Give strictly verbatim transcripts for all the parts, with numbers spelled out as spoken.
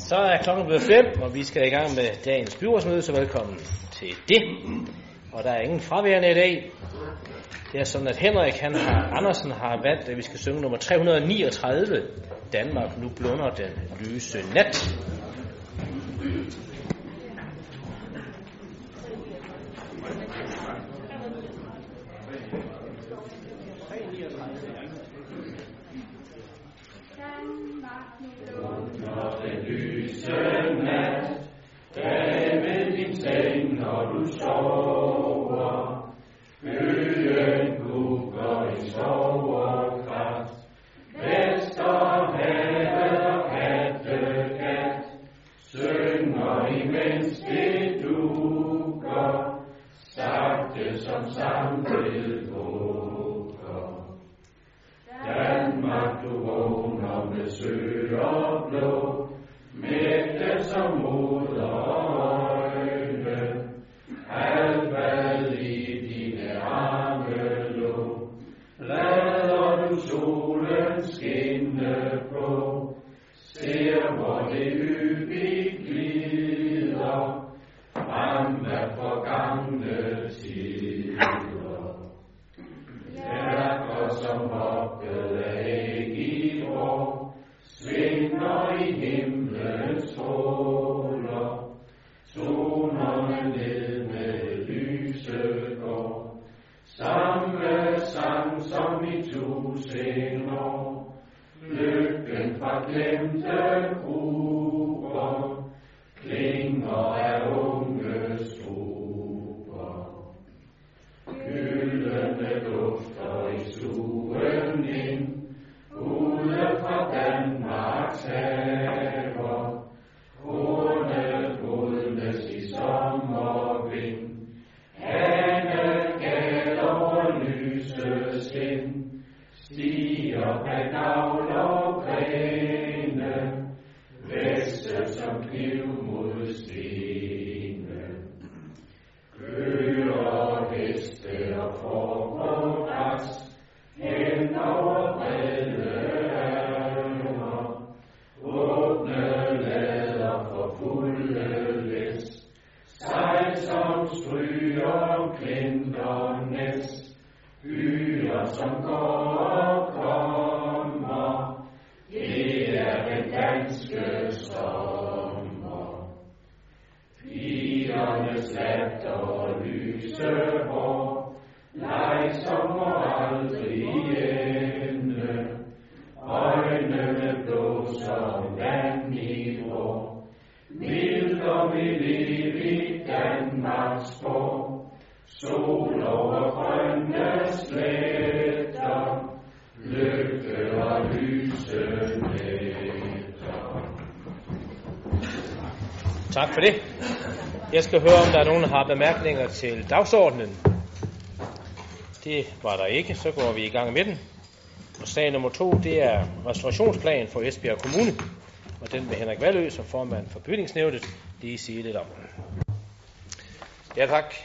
Så er klokken blevet fem, og vi skal i gang med dagens byrådsmøde, så velkommen til det. Og der er ingen fraværende i dag. Det er sådan, at Henrik han har, Andersen har valgt, at vi skal synge nummer tre hundrede niogtredive. Danmark, nu blunder den lyse nat. Tak for det. Jeg skal høre, om der er nogen, der har bemærkninger til dagsordenen. Det var der ikke, så går vi i gang med den. Og sag nummer to, det er restaurationsplan for Esbjerg Kommune. Og den vil Henrik Vallø, som formand for bygningsnævnet, lige sige lidt om. Ja, tak.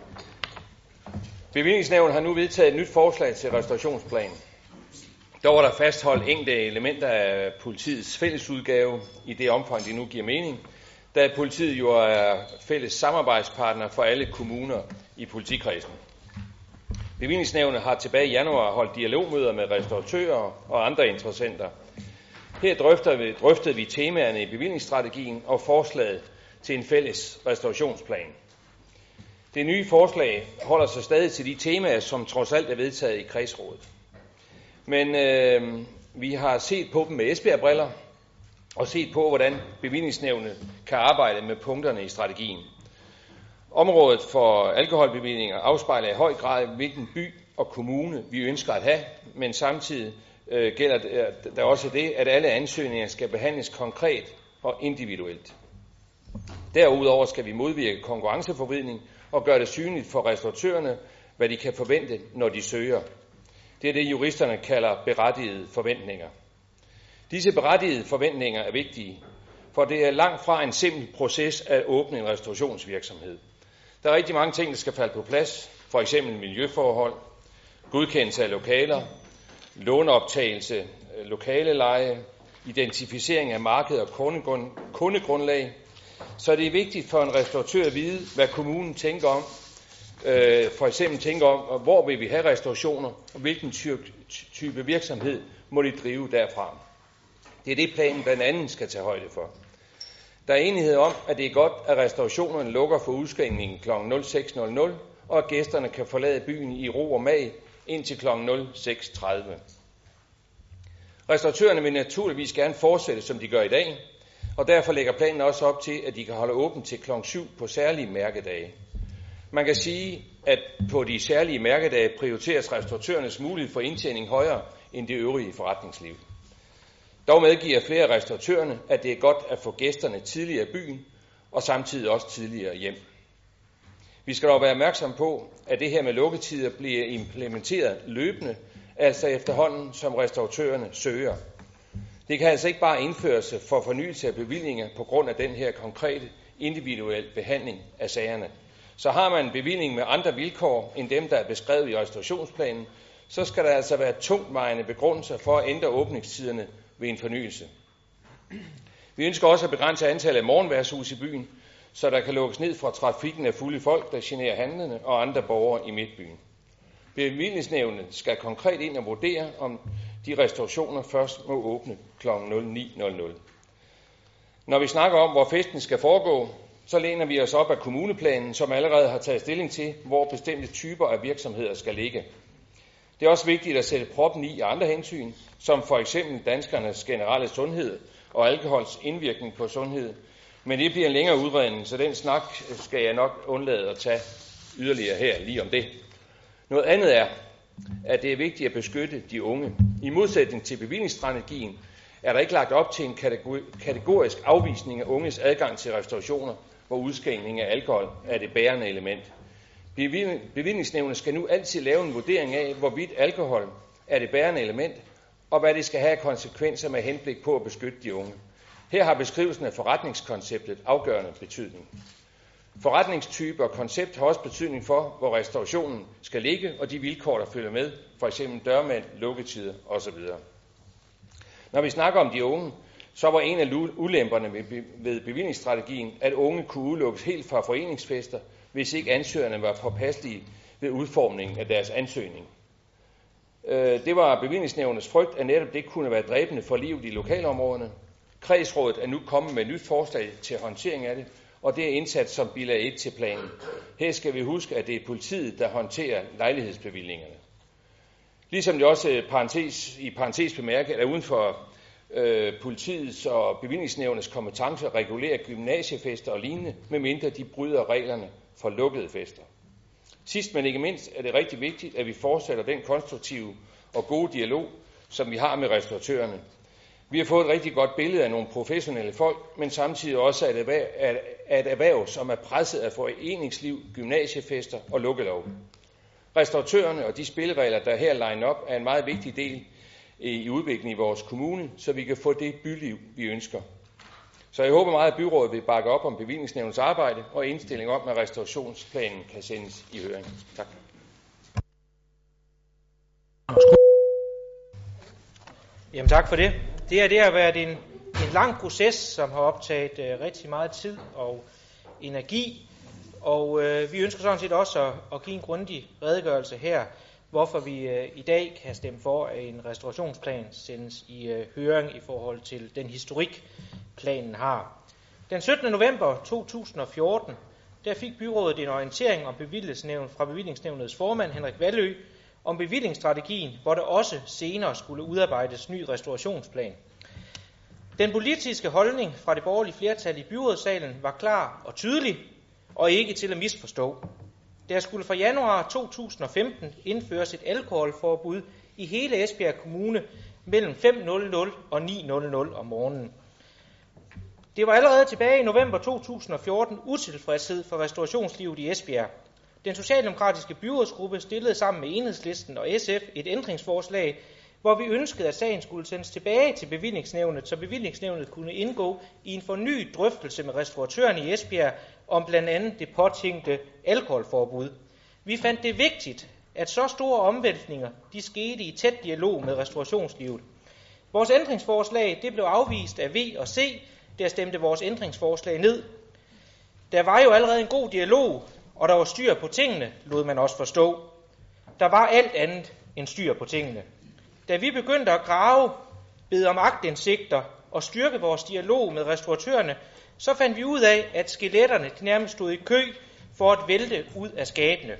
Bevillingsnævnet har nu vedtaget et nyt forslag til restaurationsplanen. Dog er der fastholdt enkelte elementer af politiets fællesudgave i det omfang, de nu giver mening, da politiet jo er fælles samarbejdspartner for alle kommuner i politikredsen. Bevillingsnævnet har tilbage i januar holdt dialogmøder med restauratører og andre interessenter. Her drøftede vi, drøftede vi temaerne i bevillingsstrategien og forslaget til en fælles restaurationsplan. Det nye forslag holder sig stadig til de temaer, som trods alt er vedtaget i kredsrådet. Men øh, vi har set på dem med Esbjerg-briller og set på, hvordan bevillingsnævnet kan arbejde med punkterne i strategien. Området for alkoholbevillinger afspejler i høj grad, hvilken by og kommune vi ønsker at have, men samtidig øh, gælder der også det, at alle ansøgninger skal behandles konkret og individuelt. Derudover skal vi modvirke konkurrenceforvridning og gøre det synligt for restauratørerne, hvad de kan forvente, når de søger. Det er det, juristerne kalder berettigede forventninger. Disse berettigede forventninger er vigtige, for det er langt fra en simpel proces at åbne en restaurationsvirksomhed. Der er rigtig mange ting, der skal falde på plads, for eksempel miljøforhold, godkendelse af lokaler, låneoptagelse, lokaleleje, identificering af marked og kundegrund, kundegrundlag, så det er vigtigt for en restauratør at vide, hvad kommunen tænker om. Øh, for eksempel tænker om, hvor vil vi have restaurationer, og hvilken type virksomhed må de drive derfra. Det er det, planen blandt andet skal tage højde for. Der er enighed om, at det er godt, at restaurationerne lukker for udskænkningen klokken nul seks nul nul, og at gæsterne kan forlade byen i ro og mag indtil klokken nul seks tredive. Restauratørerne vil naturligvis gerne fortsætte, som de gør i dag, og derfor lægger planen også op til, at de kan holde åbent til klokken syv på særlige mærkedage. Man kan sige, at på de særlige mærkedage prioriteres restauratørernes mulighed for indtjening højere end det øvrige forretningsliv. Dog medgiver flere af restauratørerne, at det er godt at få gæsterne tidligere i byen, og samtidig også tidligere hjem. Vi skal dog være opmærksom på, at det her med lukketider bliver implementeret løbende, altså efterhånden, som restauratørerne søger. Det kan altså ikke bare indføres for fornyelse af bevillinger på grund af den her konkrete individuelle behandling af sagerne. Så har man en bevilling med andre vilkår end dem, der er beskrevet i restaurationsplanen, så skal der altså være tungtvejende begrundelser for at ændre åbningstiderne ved en fornyelse. Vi ønsker også at begrænse antallet af morgenværtshus i byen, så der kan lukkes ned fra trafikken af fulde folk, der generer handlende og andre borgere i midtbyen. Bevillingsnævnet skal konkret ind og vurdere, om de restaurationer først må åbne klokken nul ni nul nul. Når vi snakker om, hvor festen skal foregå, så læner vi os op af kommuneplanen, som allerede har taget stilling til, hvor bestemte typer af virksomheder skal ligge. Det er også vigtigt at sætte proppen i andre hensyn, som for eksempel danskernes generelle sundhed og alkohols indvirkning på sundhed. Men det bliver en længere udredning, så den snak skal jeg nok undlade at tage yderligere her lige om det. Noget andet er, at det er vigtigt at beskytte de unge. I modsætning til bevillingsstrategien er der ikke lagt op til en kategorisk afvisning af unges adgang til restaurationer, hvor udskænkning af alkohol er det bærende element. Bevillingsnævnet skal nu altid lave en vurdering af, hvorvidt alkohol er det bærende element, og hvad det skal have af konsekvenser med henblik på at beskytte de unge. Her har beskrivelsen af forretningskonceptet afgørende betydning. Forretningstype og koncept har også betydning for, hvor restaurationen skal ligge, og de vilkår, der følger med, for eksempel dørmand, lukketider osv. Når vi snakker om de unge, så var en af ulemperne ved bevillingsstrategien, at unge kunne udelukkes helt fra foreningsfester, hvis ikke ansøgerne var påpasselige ved udformningen af deres ansøgning. Det var bevillingsnævnets frygt, at netop det kunne være dræbende for livet i lokalområderne. Kredsrådet er nu kommet med et nyt forslag til håndtering af det, og det er indsat som bilag et til planen. Her skal vi huske, at det er politiet, der håndterer lejlighedsbevillingerne. Ligesom det også parentes, i parentes bemærket er uden for øh, politiets og bevillingsnævnets kompetence at regulere gymnasiefester og lignende, medmindre de bryder reglerne for lukkede fester. Sidst men ikke mindst er det rigtig vigtigt, at vi fortsætter den konstruktive og gode dialog, som vi har med restauratørerne. Vi har fået et rigtig godt billede af nogle professionelle folk, men samtidig også af et erhverv, af et erhverv som er presset af foreningsliv, gymnasiefester og lukkelov. Restauratørerne og de spilleregler, der her line op, er en meget vigtig del i udviklingen i vores kommune, så vi kan få det byliv, vi ønsker. Så jeg håber meget, at byrådet vil bakke op om bevillingsnævnets arbejde og indstilling om, at restaurationsplanen kan sendes i høring. Tak. Jamen tak for det. Det her det har været en, en lang proces, som har optaget øh, rigtig meget tid og energi. Og øh, vi ønsker sådan set også at, at give en grundig redegørelse her, hvorfor vi øh, i dag kan stemme for, at en restaurationsplan sendes i øh, høring i forhold til den historik, planen har. Den syttende november to tusind og fjorten, der fik byrådet en orientering om bevillingsnævn fra bevillingsnævnets formand Henrik Vallø om bevillingsstrategien, hvor der også senere skulle udarbejdes ny restaurationsplan. Den politiske holdning fra det borgerlige flertal i byrådssalen var klar og tydelig, og ikke til at misforstå. Der skulle fra januar to tusind og femten indføres et alkoholforbud i hele Esbjerg Kommune mellem fem nul nul og ni nul nul om morgenen. Det var allerede tilbage i november to tusind og fjorten utilfredshed for restaurationslivet i Esbjerg. Den socialdemokratiske byrådsgruppe stillede sammen med Enhedslisten og S F et ændringsforslag, hvor vi ønskede, at sagen skulle sendes tilbage til bevillingsnævnet, så bevillingsnævnet kunne indgå i en fornyet drøftelse med restauratørerne i Esbjerg om blandt andet det påtænkte alkoholforbud. Vi fandt det vigtigt, at så store omvæltninger de skete i tæt dialog med restaurationslivet. Vores ændringsforslag det blev afvist af V og C, der stemte vores ændringsforslag ned. Der var jo allerede en god dialog, og der var styr på tingene, lod man også forstå. Der var alt andet end styr på tingene. Da vi begyndte at grave, bede om aktindsigter og styrke vores dialog med restauratørerne, så fandt vi ud af, at skeletterne nærmest stod i kø for at vælte ud af skabene.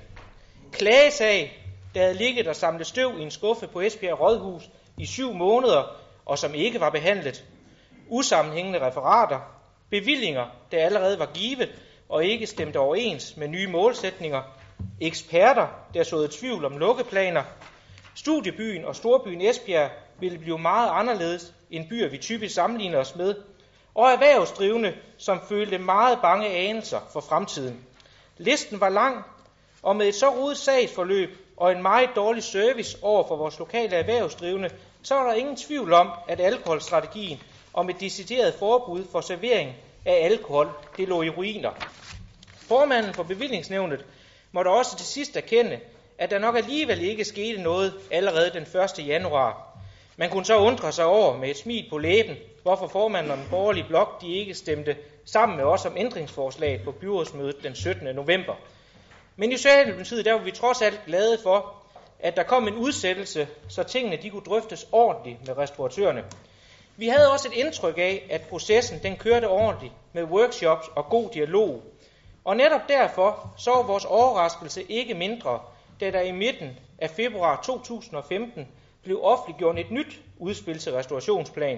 Klagesag, der havde ligget og samlet støv i en skuffe på Esbjerg Rådhus i syv måneder, og som ikke var behandlet. Usammenhængende referater, bevillinger, der allerede var givet og ikke stemte overens med nye målsætninger, eksperter, der såede tvivl om lukkeplaner. Studiebyen og storbyen Esbjerg ville blive meget anderledes end byer, vi typisk sammenligner os med, og erhvervsdrivende, som følte meget bange anelser for fremtiden. Listen var lang, og med et så rodet sagsforløb og en meget dårlig service over for vores lokale erhvervsdrivende, så var der ingen tvivl om, at alkoholstrategien om et decideret forbud for servering af alkohol, det lå i ruiner. Formanden for bevillingsnævnet måtte også til sidst erkende, at der nok alligevel ikke skete noget allerede den første januar. Man kunne så undre sig over med et smil på læben, hvorfor formanden og den borgerlige blok de ikke stemte sammen med os om ændringsforslaget på byrådsmødet den syttende november. Men i Socialdemokratiet der var vi trods alt glade for, at der kom en udsættelse, så tingene de kunne drøftes ordentligt med restauratørerne. Vi havde også et indtryk af, at processen den kørte ordentligt med workshops og god dialog. Og netop derfor så var vores overraskelse ikke mindre, da der i midten af februar to tusind og femten blev offentliggjort et nyt udspil til restaurationsplan.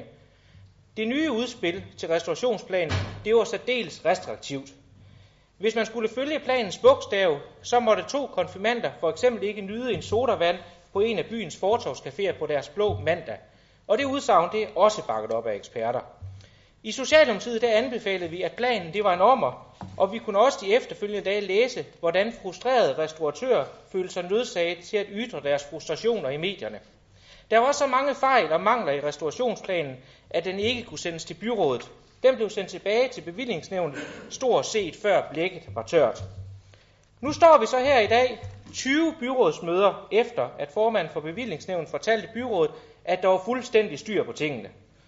Det nye udspil til restaurationsplan, det var særdeles restriktivt. Hvis man skulle følge planens bogstav, så måtte to konfirmander for eksempel ikke nyde en sodavand på en af byens fortovscaféer på deres blå mandag. Og det udsagn det er også bakket op af eksperter. I Socialdemokratiet der anbefalede vi, at planen det var en ommer, og vi kunne også de efterfølgende dage læse, hvordan frustrerede restauratører følte sig nødsaget til at ytre deres frustrationer i medierne. Der var også så mange fejl og mangler i restaurationsplanen, at den ikke kunne sendes til byrådet. Den blev sendt tilbage til bevillingsnævnet, stort set før blækket var tørt. Nu står vi så her i dag, tyve byrådsmøder efter, at formanden for bevillingsnævnet fortalte byrådet, at der var fuldstændig styr på tingene.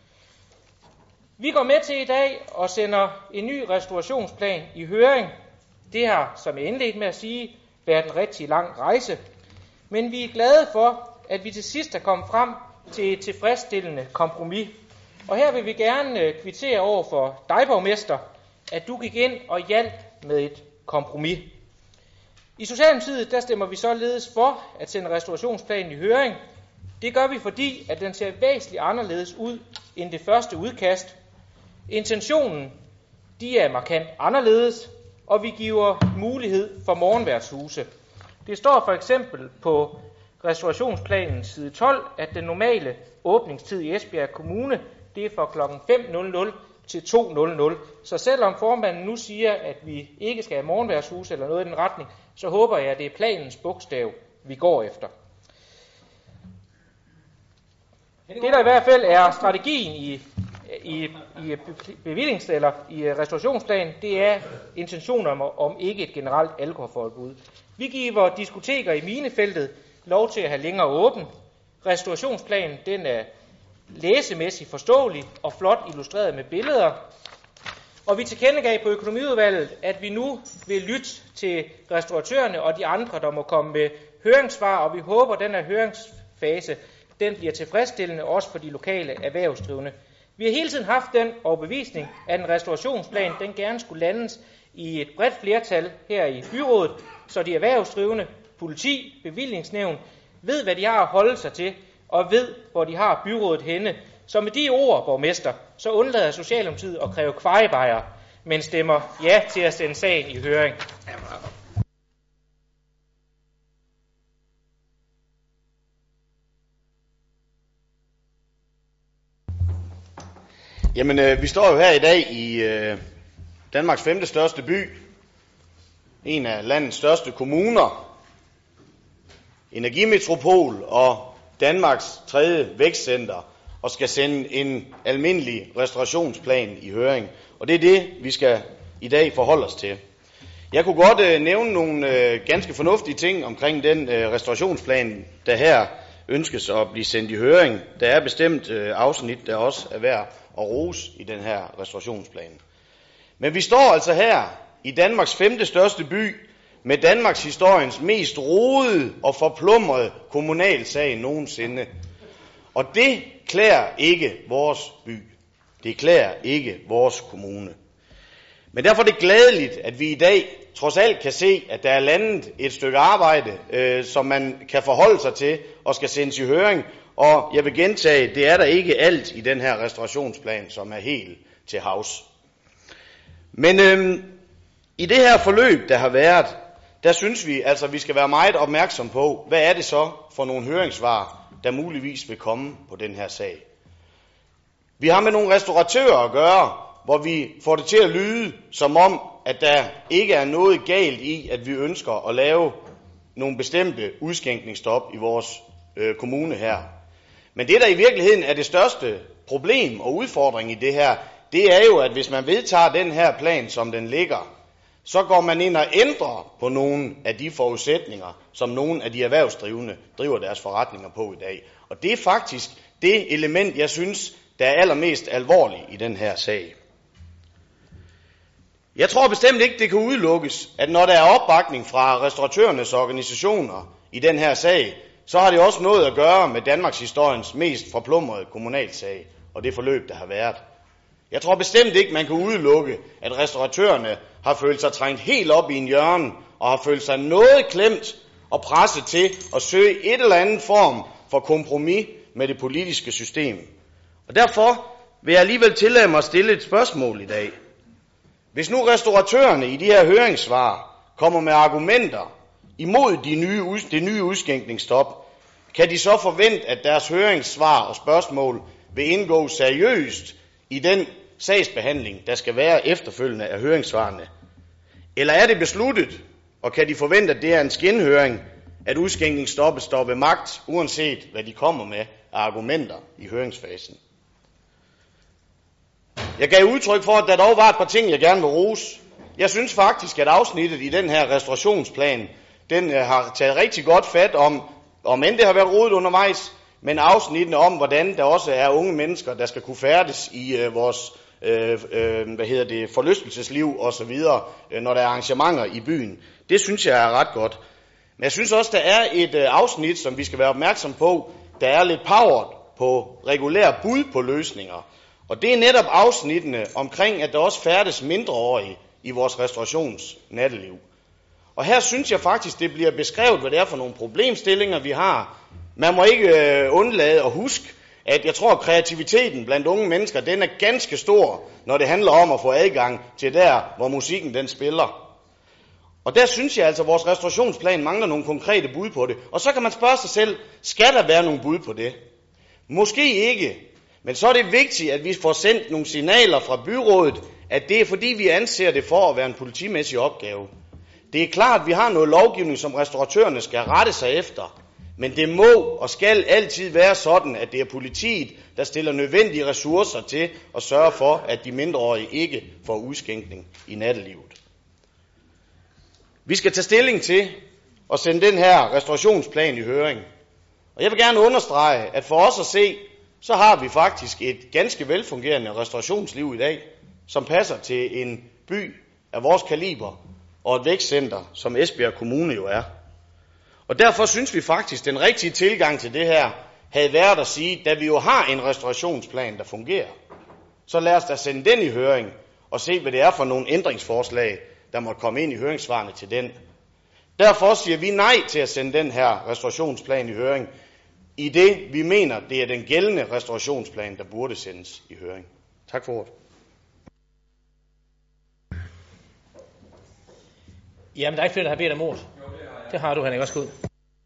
Vi går med til i dag og sender en ny restaurationsplan i høring. Det har, som jeg indledte med at sige, været en rigtig lang rejse. Men vi er glade for, at vi til sidst er kommet frem til et tilfredsstillende kompromis. Og her vil vi gerne kvittere over for dig, borgmester, at du gik ind og hjalp med et kompromis. I Socialdemokratiet der stemmer vi således for at sende restaurationsplanen i høring. Det gør vi, fordi at den ser væsentligt anderledes ud end det første udkast. Intentionen de er markant anderledes, og vi giver mulighed for morgenværtshuse. Det står for eksempel på restaurationsplanens side tolv, at den normale åbningstid i Esbjerg Kommune det er fra klokken fem til to. Så selvom formanden nu siger, at vi ikke skal have morgenværtshuse eller noget i den retning, så håber jeg, at det er planens bogstav, vi går efter. Det der i hvert fald er strategien i, i, i bevillings- eller i restaurationsplanen, det er intentioner om, om ikke et generelt alkoholforbud. Vi giver diskoteker i minefeltet lov til at have længere åben. Restaurationsplanen den er læsemæssigt forståelig og flot illustreret med billeder. Og vi tilkendegav på økonomiudvalget, at vi nu vil lytte til restauratørerne og de andre, der må komme med høringssvar, og vi håber, at den her høringsfase den bliver tilfredsstillende også for de lokale erhvervsdrivende. Vi har hele tiden haft den overbevisning, at en restaurationsplan den gerne skulle landes i et bredt flertal her i byrådet, så de erhvervsdrivende, politi, bevillingsnævn ved, hvad de har at holde sig til, og ved, hvor de har byrådet henne. Så med de ord, borgmester, så undlader Socialdemokratiet at kræve kvejebajer, men stemmer ja til at sende sagen i høring. Jamen, øh, vi står jo her i dag i øh, Danmarks femte største by, en af landets største kommuner, energimetropol og Danmarks tredje vækstcenter, og skal sende en almindelig restaurationsplan i høring. Og det er det, vi skal i dag forholde os til. Jeg kunne godt øh, nævne nogle øh, ganske fornuftige ting omkring den øh, restaurationsplan, der her ønskes at blive sendt i høring. Der er bestemt øh, afsnit, der også er værd at rose i den her restaurationsplan. Men vi står altså her i Danmarks femte største by med Danmarks historiens mest rodede og forplumrede kommunalsag nogensinde. Og det klæder ikke vores by. Det klæder ikke vores kommune. Men derfor er det glædeligt, at vi i dag trods alt kan se, at der er landet et stykke arbejde, øh, som man kan forholde sig til og skal sendes i høring. Og jeg vil gentage, det er der ikke alt i den her restaurationsplan, som er helt til havs. Men øh, i det her forløb, der har været, der synes vi altså, at vi skal være meget opmærksom på, hvad er det så for nogle høringssvar, der muligvis vil komme på den her sag. Vi har med nogle restauratører at gøre, hvor vi får det til at lyde som om, at der ikke er noget galt i, at vi ønsker at lave nogle bestemte udskænkningsstop i vores øh, kommune her. Men det, der i virkeligheden er det største problem og udfordring i det her, det er jo, at hvis man vedtager den her plan, som den ligger, så går man ind og ændrer på nogle af de forudsætninger, som nogle af de erhvervsdrivende driver deres forretninger på i dag. Og det er faktisk det element, jeg synes, der er allermest alvorligt i den her sag. Jeg tror bestemt ikke, det kan udelukkes, at når der er opbakning fra restauratørernes organisationer i den her sag, så har det også noget at gøre med Danmarks historiens mest forplumrede kommunalsag og det forløb, der har været. Jeg tror bestemt ikke, man kan udelukke, at restauratørerne har følt sig trængt helt op i en hjørne og har følt sig noget klemt og presset til at søge et eller andet form for kompromis med det politiske system. Og derfor vil jeg alligevel tillade mig at stille et spørgsmål i dag. Hvis nu restauratørerne i de her høringssvar kommer med argumenter imod de nye, det nye udskænkningsstop, kan de så forvente, at deres høringssvar og spørgsmål vil indgå seriøst i den sagsbehandling, der skal være efterfølgende af høringssvarene? Eller er det besluttet, og kan de forvente, at det er en skinhøring, at udskænkningsstoppet står ved magt, uanset hvad de kommer med af argumenter i høringsfasen? Jeg gav udtryk for, at der dog var et par ting, jeg gerne vil rose. Jeg synes faktisk, at afsnittet i den her restaurationsplan, den har taget rigtig godt fat om, om end det har været rodet undervejs, men afsnittene om, hvordan der også er unge mennesker, der skal kunne færdes i øh, vores øh, øh, hvad hedder det, forlystelsesliv osv., øh, når der er arrangementer i byen. Det synes jeg er ret godt. Men jeg synes også, der er et øh, afsnit, som vi skal være opmærksom på, der er lidt power på regulær bud på løsninger. Og det er netop afsnittene omkring, at der også færdes mindreårige i vores restaurationsnatteliv. Og her synes jeg faktisk, det bliver beskrevet, hvad det er for nogle problemstillinger, vi har. Man må ikke øh, undlade at huske, at jeg tror, at kreativiteten blandt unge mennesker, den er ganske stor, når det handler om at få adgang til der, hvor musikken den spiller. Og der synes jeg altså, at vores restaurationsplan mangler nogle konkrete bud på det. Og så kan man spørge sig selv, skal der være nogle bud på det? Måske ikke. Men så er det vigtigt, at vi får sendt nogle signaler fra byrådet, at det er fordi, vi anser det for at være en politimæssig opgave. Det er klart, at vi har noget lovgivning, som restauratørerne skal rette sig efter. Men det må og skal altid være sådan, at det er politiet, der stiller nødvendige ressourcer til at sørge for, at de mindreårige ikke får udskænkning i nattelivet. Vi skal tage stilling til at sende den her restaurationsplan i høring. Og jeg vil gerne understrege, at for os at se, så har vi faktisk et ganske velfungerende restaurationsliv i dag, som passer til en by af vores kaliber og et vækstcenter, som Esbjerg Kommune jo er. Og derfor synes vi faktisk, at den rigtige tilgang til det her havde været at sige, da vi jo har en restaurationsplan, der fungerer, så lad os da sende den i høring og se, hvad det er for nogle ændringsforslag, der må komme ind i høringssvarene til den. Derfor siger vi nej til at sende den her restaurationsplan i høring, i det vi mener, det er den gældende restaurationsplan, der burde sendes i høring. Tak for ordet. Jamen, der er ikke flere, der har bedt om ordet. Det har du, Henrik. Også ud.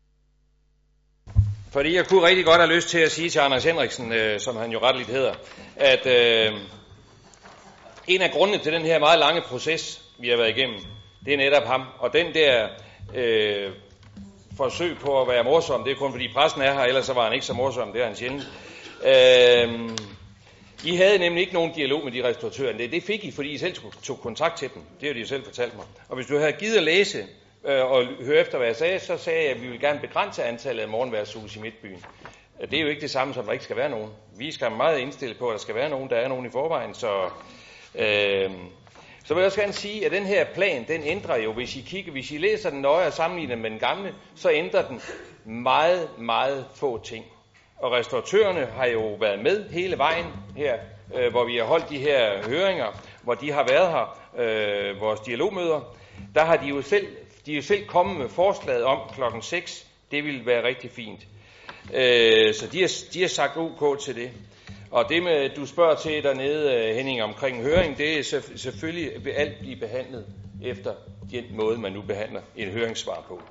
Fordi jeg kunne rigtig godt have lyst til at sige til Anders Henriksen, øh, som han jo retteligt hedder, at øh, en af grundene til den her meget lange proces, vi har været igennem, det er netop ham. Og den der øh, forsøg på at være morsom, det er kun fordi pressen er her, ellers så var han ikke så morsom, det er han sjældent. Øh, I havde nemlig ikke nogen dialog med de restauratører. Det, det fik I, fordi I selv tog kontakt til dem. Det har de jo selv fortalt mig. Og hvis du havde givet at læse øh, og høre efter, hvad jeg sagde, så sagde jeg, at vi vil gerne begrænse antallet af morgenværtshuse i Midtbyen. Det er jo ikke det samme, som der ikke skal være nogen. Vi skal meget indstille på, at der skal være nogen. Der er nogen i forvejen, så... Øh, så vil jeg også gerne sige, at den her plan, den ændrer jo, hvis I kigger, hvis I læser den nøje og sammenligner med den gamle, så ændrer den meget, meget få ting. Og restauratørerne har jo været med hele vejen her, øh, hvor vi har holdt de her høringer, hvor de har været her, øh, vores dialogmøder. Der har de jo selv, de er jo selv kommet med forslaget om klokken seks. Det ville være rigtig fint. Øh, så de har, de har sagt ok til det. Og det med, du spørger til dernede, Henning, omkring høring, det er selvfølgelig, vil alt blive behandlet efter den måde, man nu behandler et høringssvar på.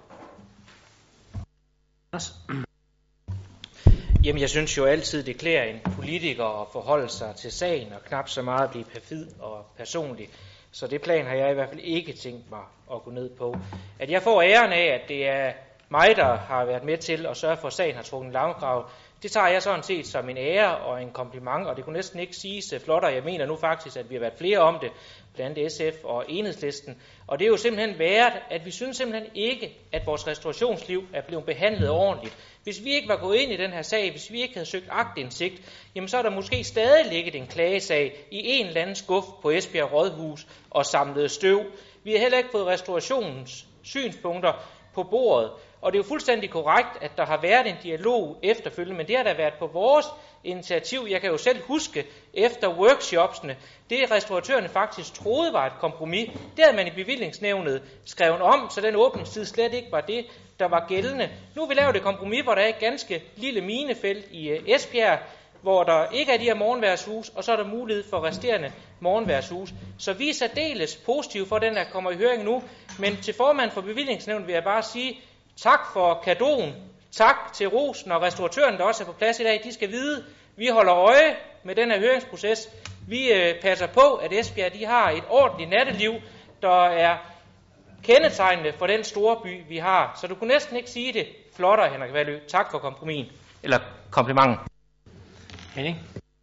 Jamen, jeg synes jo altid, det klæder en politiker at forholde sig til sagen, og knap så meget at blive perfid og personlig. Så det plan har jeg i hvert fald ikke tænkt mig at gå ned på. At jeg får æren af, at det er mig, der har været med til at sørge for, at sagen har trukket langdrag, det tager jeg sådan set som en ære og en kompliment, og det kunne næsten ikke siges flottere. Jeg mener nu faktisk, at vi har været flere om det, blandt andet S F og Enhedslisten. Og det er jo simpelthen været, at vi synes simpelthen ikke, at vores restaurationsliv er blevet behandlet ordentligt. Hvis vi ikke var gået ind i den her sag, hvis vi ikke havde søgt aktindsigt, jamen så er der måske stadig ligget en klagesag i en eller anden skuff på Esbjerg Rådhus og samlet støv. Vi har heller ikke fået restaurationens synspunkter på bordet. Og det er jo fuldstændig korrekt, at der har været en dialog efterfølgende, men det har der været på vores initiativ. Jeg kan jo selv huske efter workshopsene, det restauratørerne faktisk troede var et kompromis, det havde man i bevillingsnævnet skrevet om, så den åbningstid slet ikke var det, der var gældende. Nu har vi lavet et kompromis, hvor der er et ganske lille minefelt i Esbjerg, hvor der ikke er de her morgenværtshus, og så er der mulighed for resterende morgenværtshus. Så vi er særdeles positive for den, der kommer i høring nu, men til formand for bevillingsnævnet vil jeg bare sige, tak for cadeauen, tak til rosen og restauratøren, der også er på plads i dag. De skal vide, vi holder øje med den her høringsproces. Vi øh, passer på, at Esbjerg de har et ordentligt natteliv, der er kendetegnende for den store by, vi har. Så du kunne næsten ikke sige det flottere, Henrik Vallø. Tak for kompromis. Eller komplimenten. Henning?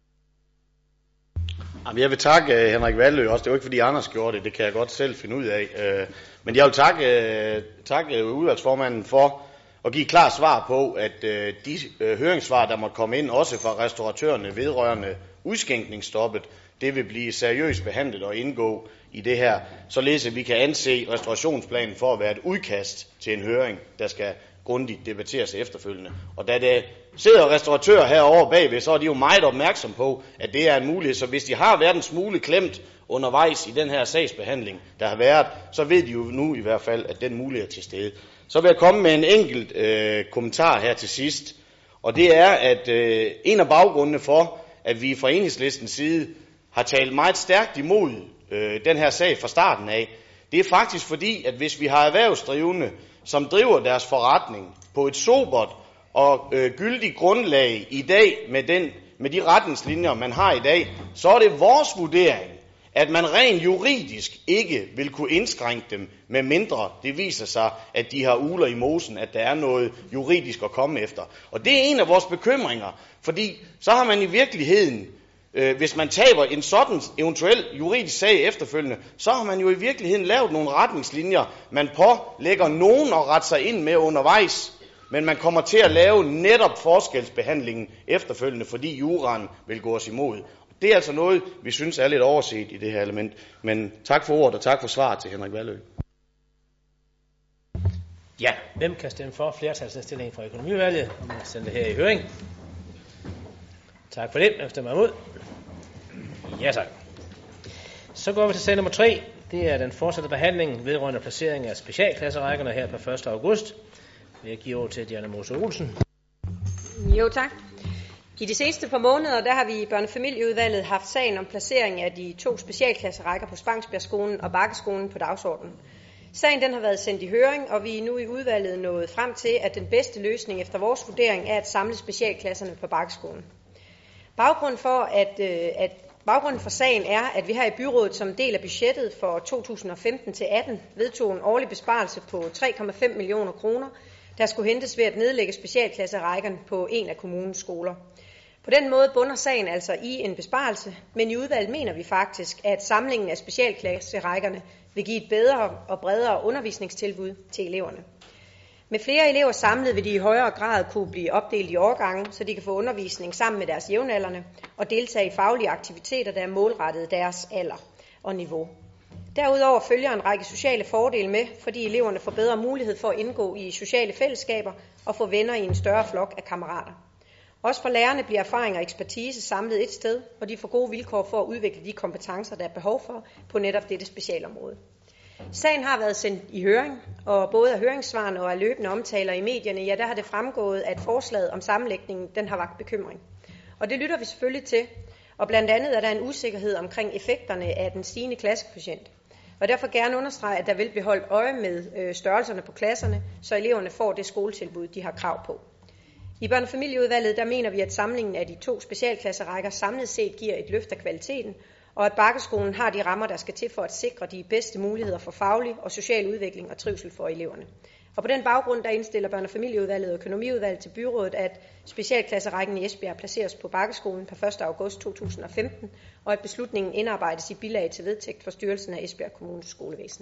Jamen, jeg vil takke Henrik Vallø også. Det er jo ikke, fordi Anders gjorde det. Det kan jeg godt selv finde ud af. Men jeg vil takke, takke udvalgsformanden for at give et klart svar på, at de høringssvar, der må komme ind, også fra restauratørerne vedrørende udskænkningsstoppet, det vil blive seriøst behandlet og indgå i det her, således at vi kan anse restaurationsplanen for at være et udkast til en høring, der skal grundigt debatteres efterfølgende. Og da der sidder restauratører herovre bagved, så er de jo meget opmærksom på, at det er en mulighed. Så hvis de har været en smule klemt undervejs i den her sagsbehandling, der har været, så ved de jo nu i hvert fald, at den mulighed er til stede. Så vil jeg komme med en enkelt øh, kommentar her til sidst. Og det er, at øh, en af baggrundene for, at vi fra Enhedslistens side har talt meget stærkt imod øh, den her sag fra starten af, det er faktisk fordi, at hvis vi har erhvervsdrivende, som driver deres forretning på et sobert og øh, gyldigt grundlag i dag med, den, med de retningslinjer, man har i dag, så er det vores vurdering, at man rent juridisk ikke vil kunne indskrænke dem, med mindre det viser sig, at de har uler i mosen, at der er noget juridisk at komme efter. Og det er en af vores bekymringer, fordi så har man i virkeligheden, øh, hvis man taber en sådan eventuel juridisk sag efterfølgende, så har man jo i virkeligheden lavet nogle retningslinjer, man pålægger nogen at rette sig ind med undervejs, men man kommer til at lave netop forskelsbehandlingen efterfølgende, fordi juraen vil gå os imod. Det er altså noget, vi synes er lidt overset i det her element. Men tak for ordet, og tak for svaret til Henrik Vallø. Ja, hvem kan stemme for flertalsindstillingen fra økonomiudvalget, om man sender det her i høring? Tak for det. Hvem stemmer imod? Ja, tak. Så går vi til sag nummer tre. Det er den fortsatte behandling vedrørende placering af specialklasserækkerne her på første august. Jeg giver over til Diana Mose Olsen. Jo, tak. I de seneste par måneder, der har vi i børnefamilieudvalget haft sagen om placering af de to specialklasserækker på Spangsbjergskolen og Bakkeskolen på dagsordenen. Sagen den har været sendt i høring, og vi er nu i udvalget nået frem til, at den bedste løsning efter vores vurdering er at samle specialklasserne på Bakkeskolen. Baggrunden for, at, at, baggrunden for sagen er, at vi her i byrådet som del af budgettet for to tusind og femten til atten vedtog en årlig besparelse på tre komma fem millioner kroner, der skulle hentes ved at nedlægge specialklasserækkerne på en af kommunens skoler. På den måde bunder sagen altså i en besparelse, men i udvalget mener vi faktisk, at samlingen af specialklasserækkerne vil give et bedre og bredere undervisningstilbud til eleverne. Med flere elever samlet vil de i højere grad kunne blive opdelt i årgange, så de kan få undervisning sammen med deres jævnaldrende og deltage i faglige aktiviteter, der er målrettet deres alder og niveau. Derudover følger en række sociale fordele med, fordi eleverne får bedre mulighed for at indgå i sociale fællesskaber og få venner i en større flok af kammerater. Også for lærerne bliver erfaring og ekspertise samlet et sted, og de får gode vilkår for at udvikle de kompetencer, der er behov for på netop dette specialområde. Sagen har været sendt i høring, og både af høringssvarene og af løbende omtaler i medierne, ja, der har det fremgået, at forslaget om sammenlægningen, den har vakt bekymring. Og det lytter vi selvfølgelig til, og blandt andet er der en usikkerhed omkring effekterne af den stigende klassekvotient. Og derfor gerne understrege, at der vil blive holdt øje med størrelserne på klasserne, så eleverne får det skoletilbud, de har krav på. I børne- og familieudvalget, der mener vi, at samlingen af de to specialklasserækker samlet set giver et løft af kvaliteten, og at Bakkeskolen har de rammer, der skal til for at sikre de bedste muligheder for faglig og social udvikling og trivsel for eleverne. Og på den baggrund, der indstiller børne- og familieudvalget og økonomiudvalget til byrådet, at specialklasserækken i Esbjerg placeres på Bakkeskolen per første august to tusind og femten, og at beslutningen indarbejdes i bilag til vedtægt for styrelsen af Esbjerg Kommunes skolevæsen.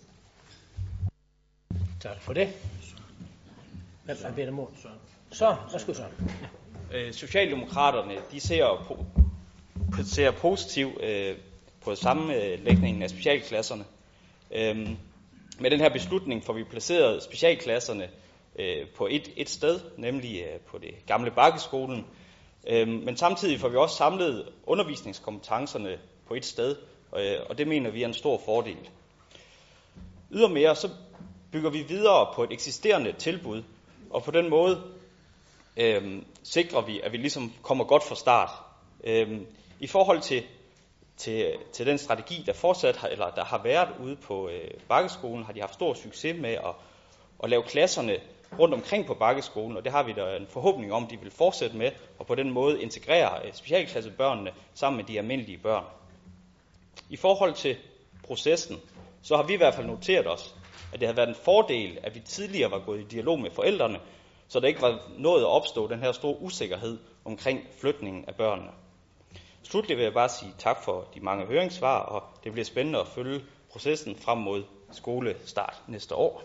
Tak for det. Hvem er bedt om ordet? Så, værsgo så. Øh, Socialdemokraterne, de ser, po- ser positivt øh, på sammenlægningen af specialklasserne. Øh, med den her beslutning får vi placeret specialklasserne øh, på et, et sted, nemlig øh, på det gamle Bakkeskolen. Øh, men samtidig får vi også samlet undervisningskompetencerne på et sted, øh, og det mener vi er en stor fordel. Ydermere så bygger vi videre på et eksisterende tilbud, og på den måde Øhm, sikrer vi, at vi ligesom kommer godt fra start. Øhm, I forhold til, til, til den strategi, der fortsat har, eller der har været ude på øh, Bakkeskolen, har de haft stor succes med at, at lave klasserne rundt omkring på Bakkeskolen, og det har vi da en forhåbning om, de vil fortsætte med, og på den måde integrere øh, specialklassebørnene sammen med de almindelige børn. I forhold til processen, så har vi i hvert fald noteret os, at det har været en fordel, at vi tidligere var gået i dialog med forældrene, så der ikke var nået at opstå den her store usikkerhed omkring flytningen af børnene. Slutlig vil jeg bare sige tak for de mange høringssvar, og det bliver spændende at følge processen frem mod skolestart næste år.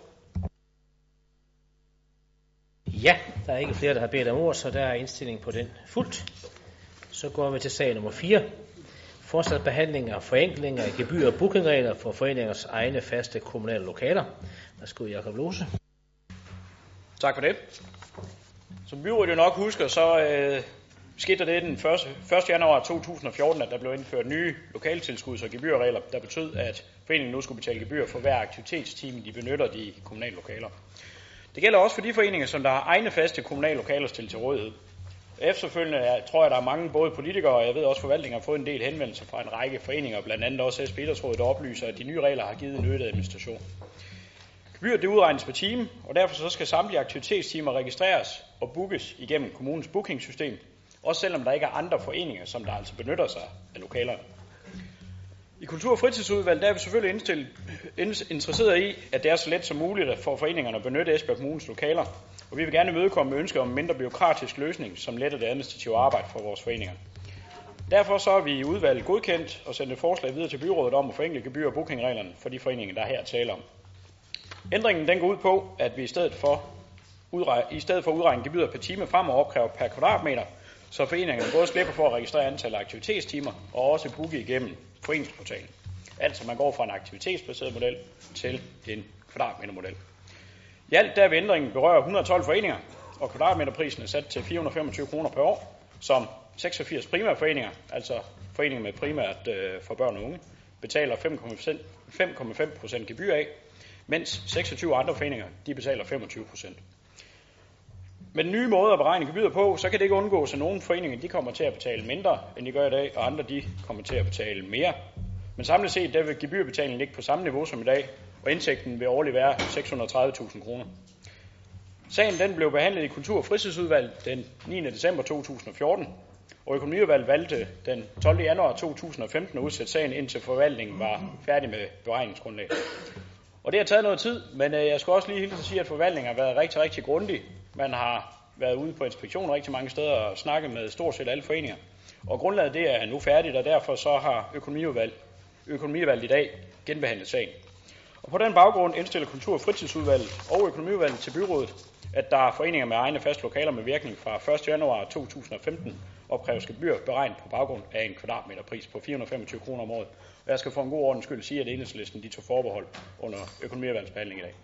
Ja, der er ikke flere, der har bedt om ord, så der er indstilling på den fuldt. Så går vi til sag nummer fire. Fortsat behandling af forenklinger af gebyr og bookingregler for foreningers egne faste kommunale lokaler. Værsgo, Jakob Lose. Tak for det. Som byrådet jo nok husker, så øh, skete der det den første januar to tusind og fjorten, at der blev indført nye lokaltilskuds- og gebyrregler, der betød, at foreningen nu skulle betale gebyr for hver aktivitetstime, de benytter de kommunale lokaler. Det gælder også for de foreninger, som der har egne faste kommunale lokaler stillet til rådighed. Efterfølgende tror jeg, der er mange både politikere og jeg ved også forvaltninger har fået en del henvendelser fra en række foreninger, blandt andet også S P Idrætsrådet, der oplyser, at de nye regler har givet en øget administration. Gebyret det udregnes per time, og derfor så skal samtlige aktivitetstimer registreres og bookes igennem kommunens bookingsystem, også selvom der ikke er andre foreninger, som der altså benytter sig af lokalerne. I Kultur- og Fritidsudvalget der er vi selvfølgelig indstillet, interesseret i, at det er så let som muligt for foreningerne at benytte Esbjerg Kommunes lokaler, og vi vil gerne imødekomme ønsker om en mindre bureaukratisk løsning, som letter det administrative arbejde for vores foreninger. Derfor så er vi i udvalget godkendt og sendt et forslag videre til byrådet om at forenkle gebyr- og bookingreglerne for de foreninger, der her taler om. Ændringen den går ud på, at vi i stedet for, udre, i stedet for udregning gebyret per time fremover opkræver per kvadratmeter, så foreningerne både slipper for at registrere antallet af aktivitetstimer og også booke igennem foreningsportalen. Altså man går fra en aktivitetsbaseret model til en kvadratmetermodel. I alt der vil ændringen berøre et hundrede og tolv foreninger, og kvadratmeterprisen er sat til fire hundrede og femogtyve kroner per år, som seksogfirs primære foreninger, altså foreninger med primært øh, for børn og unge, betaler fem komma fem procent gebyr af, mens seksogtyve andre foreninger de betaler femogtyve procent. Med den nye måde at beregne gebyret på, så kan det ikke undgås, at nogle foreninger de kommer til at betale mindre, end de gør i dag, og andre de kommer til at betale mere. Men samlet set der vil gebyrbetalingen ligge på samme niveau som i dag, og indtægten vil årligt være seks hundrede og tredive tusind kroner. Sagen den blev behandlet i Kultur- og Fritidsudvalget den niende december to tusind og fjorten, og Økonomiudvalget valgte den tolvte januar to tusind og femten at udsætte sagen, indtil forvaltningen var færdig med beregningsgrundlaget. Og det har taget noget tid, men jeg skal også lige hilse at sige, at forvaltningen har været rigtig, rigtig grundig. Man har været ude på inspektion rigtig mange steder og snakket med stort set alle foreninger. Og grundlaget det er nu færdigt, og derfor så har økonomiudvalg, økonomiudvalget i dag genbehandlet sagen. Og på den baggrund indstiller Kultur- og Fritidsudvalget og økonomiudvalget til byrådet, at der er foreninger med egne faste lokaler med virkning fra første januar to tusind og femten opkræves gebyr beregnet på baggrund af en kvadratmeterpris på fire hundrede og femogtyve kroner om året. Og jeg skal for en god ordens skyld sige, at Enhedslisten de tog forbehold under økonomiudvalgets behandling i dag.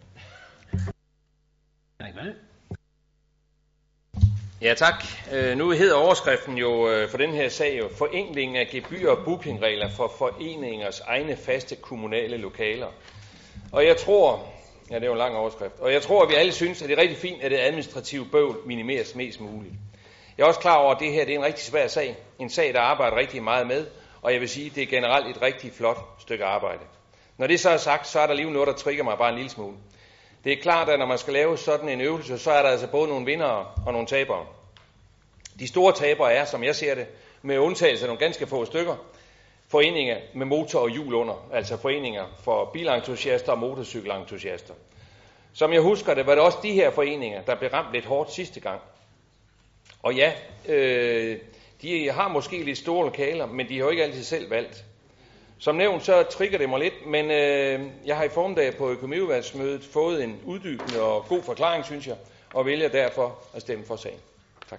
Ja, tak. Øh, nu hedder overskriften jo øh, for den her sag jo forenkling af gebyr- og bookingregler for foreningers egne faste kommunale lokaler. Og jeg tror, ja det er jo en lang overskrift, og jeg tror, at vi alle synes, at det er rigtig fint, at det administrative bøvl minimeres mest muligt. Jeg er også klar over, at det her det er en rigtig svær sag. En sag, der arbejder rigtig meget med, og jeg vil sige, at det er generelt et rigtig flot stykke arbejde. Når det så er sagt, så er der lige noget, der trigger mig bare en lille smule. Det er klart, at når man skal lave sådan en øvelse, så er der altså både nogle vindere og nogle tabere. De store tabere er, som jeg ser det, med undtagelse af nogle ganske få stykker, foreninger med motor og hjul under, altså foreninger for bilentusiaster og motorcykelentusiaster. Som jeg husker det, var det også de her foreninger, der blev ramt lidt hårdt sidste gang. Og ja, øh, de har måske lidt store lokaler, men de har jo ikke altid selv valgt. Som nævnt, så trigger det mig lidt, men øh, jeg har i formiddag på økonomiudvalgsmødet fået en uddybende og god forklaring, synes jeg, og vælger derfor at stemme for sagen. Tak.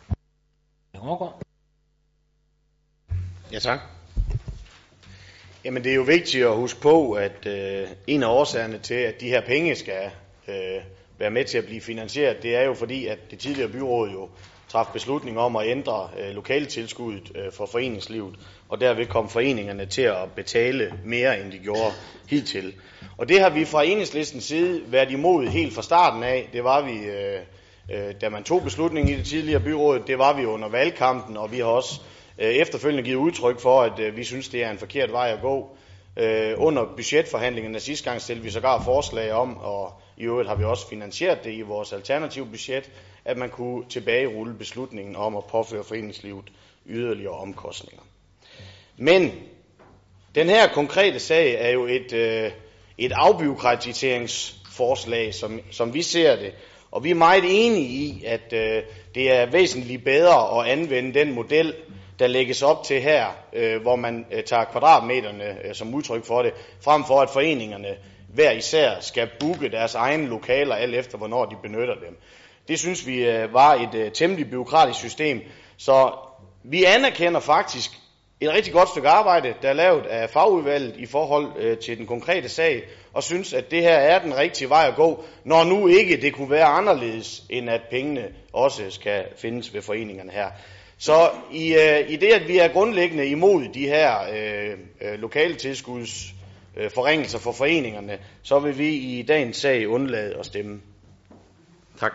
Ja, tak. Jamen, det er jo vigtigt at huske på, at øh, en af årsagerne til, at de her penge skal øh, være med til at blive finansieret, det er jo fordi, at det tidligere byråd jo traf beslutning om at ændre øh, lokaletilskuddet øh, for foreningslivet, og derved kom foreningerne til at betale mere, end de gjorde hidtil. Og det har vi fra Enhedslistens side været imod helt fra starten af. Det var vi, øh, øh, da man tog beslutningen i det tidligere byråd, det var vi under valgkampen, og vi har også øh, efterfølgende givet udtryk for, at øh, vi synes, det er en forkert vej at gå. Øh, under budgetforhandlingerne sidste gang stillede vi sågar forslag om, og i øvrigt har vi også finansieret det i vores alternative budget, at man kunne tilbagerulle beslutningen om at påføre foreningslivet yderligere omkostninger. Men den her konkrete sag er jo et, øh, et afbureaukratiseringsforslag, som, som vi ser det, og vi er meget enige i, at øh, det er væsentligt bedre at anvende den model, der lægges op til her, øh, hvor man øh, tager kvadratmeterne øh, som udtryk for det, frem for at foreningerne hver især skal booke deres egne lokaler, alt efter hvornår de benytter dem. Det synes vi øh, var et øh, temmelig bureaukratisk system, så vi anerkender faktisk et rigtig godt stykke arbejde, der er lavet af fagudvalget i forhold øh, til den konkrete sag, og synes, at det her er den rigtige vej at gå, når nu ikke det kunne være anderledes, end at pengene også skal findes ved foreningerne her. Så i, øh, i det, at vi er grundlæggende imod de her øh, øh, lokale tilskuds øh, forringelser for foreningerne, så vil vi i dagens sag undlade at stemme. Tak.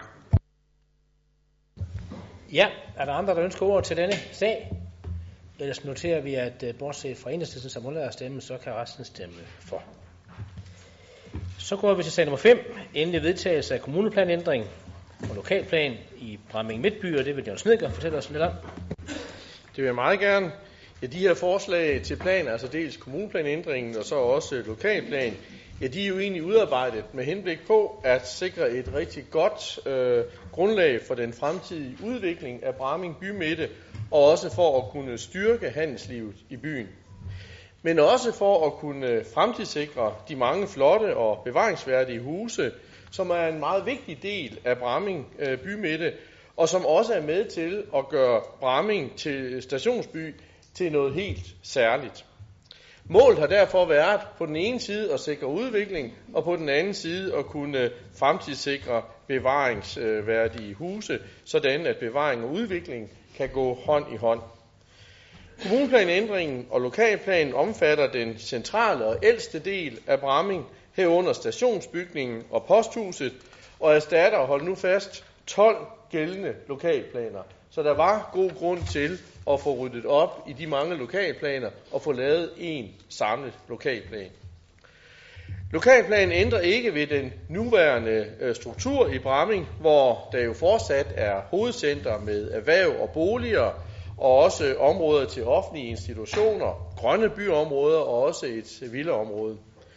Ja, er der andre, der ønsker ord til denne sag? Ellers noterer vi, at bortset fra Enhedslisten, som undlader at stemme, så kan resten stemme for. Så går vi til sag nummer fem. Endelig vedtagelse af kommuneplanændring og lokalplan i Bramming Midtby, og det vil Jørgen Snedgaard fortælle os lidt om. Det vil jeg meget gerne. Ja, de her forslag til plan, altså dels kommuneplanændringen og så også lokalplan, ja, de er jo egentlig udarbejdet med henblik på at sikre et rigtig godt øh, grundlag for den fremtidige udvikling af Bramming bymidte, og også for at kunne styrke handelslivet i byen. Men også for at kunne fremtidssikre de mange flotte og bevaringsværdige huse, som er en meget vigtig del af Bramming øh, bymidte, og som også er med til at gøre Bramming til stationsby til noget helt særligt. Målet har derfor været på den ene side at sikre udvikling, og på den anden side at kunne fremtidssikre bevaringsværdige huse, sådan at bevaring og udvikling kan gå hånd i hånd. Kommuneplanændringen og lokalplanen omfatter den centrale og ældste del af Bramming, herunder stationsbygningen og posthuset, og erstatter, hold nu fast, tolv gældende lokalplaner. Så der var god grund til at få ryddet op i de mange lokalplaner og få lavet en samlet lokalplan. Lokalplanen ændrer ikke ved den nuværende struktur i Bramming, hvor der jo fortsat er hovedcenter med erhverv og boliger, og også områder til offentlige institutioner, grønne byområder og også et villaområde.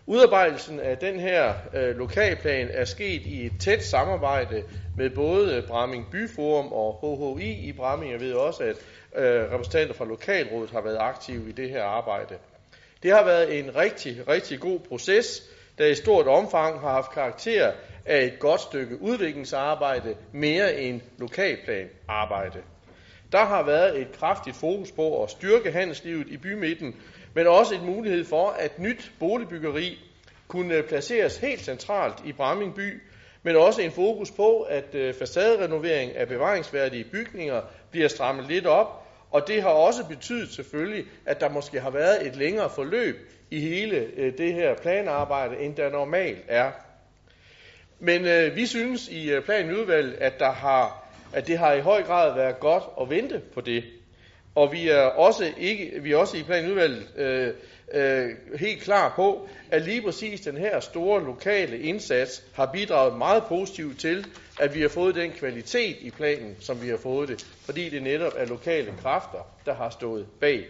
Udarbejdelsen af den her øh, lokalplan er sket i et tæt samarbejde med både Bramming Byforum og H H I i Bramming. Jeg ved også, at øh, repræsentanter fra lokalrådet har været aktive i det her arbejde. Det har været en rigtig, rigtig god proces, der i stort omfang har haft karakter af et godt stykke udviklingsarbejde mere end lokalplanarbejde. Der har været et kraftigt fokus på at styrke handelslivet i bymidten, men også en mulighed for, at nyt boligbyggeri kunne placeres helt centralt i Bramming by, men også en fokus på, at facaderenovering af bevaringsværdige bygninger bliver strammet lidt op, og det har også betydet selvfølgelig, at der måske har været et længere forløb i hele det her planarbejde, end der normalt er. Men øh, vi synes i øh, planudvalget, at, der har, at det har i høj grad været godt at vente på det. Og vi er også, ikke, vi er også i planudvalget øh, øh, helt klar på, at lige præcis den her store lokale indsats har bidraget meget positivt til, at vi har fået den kvalitet i planen, som vi har fået det, fordi det netop er lokale kræfter, der har stået bag.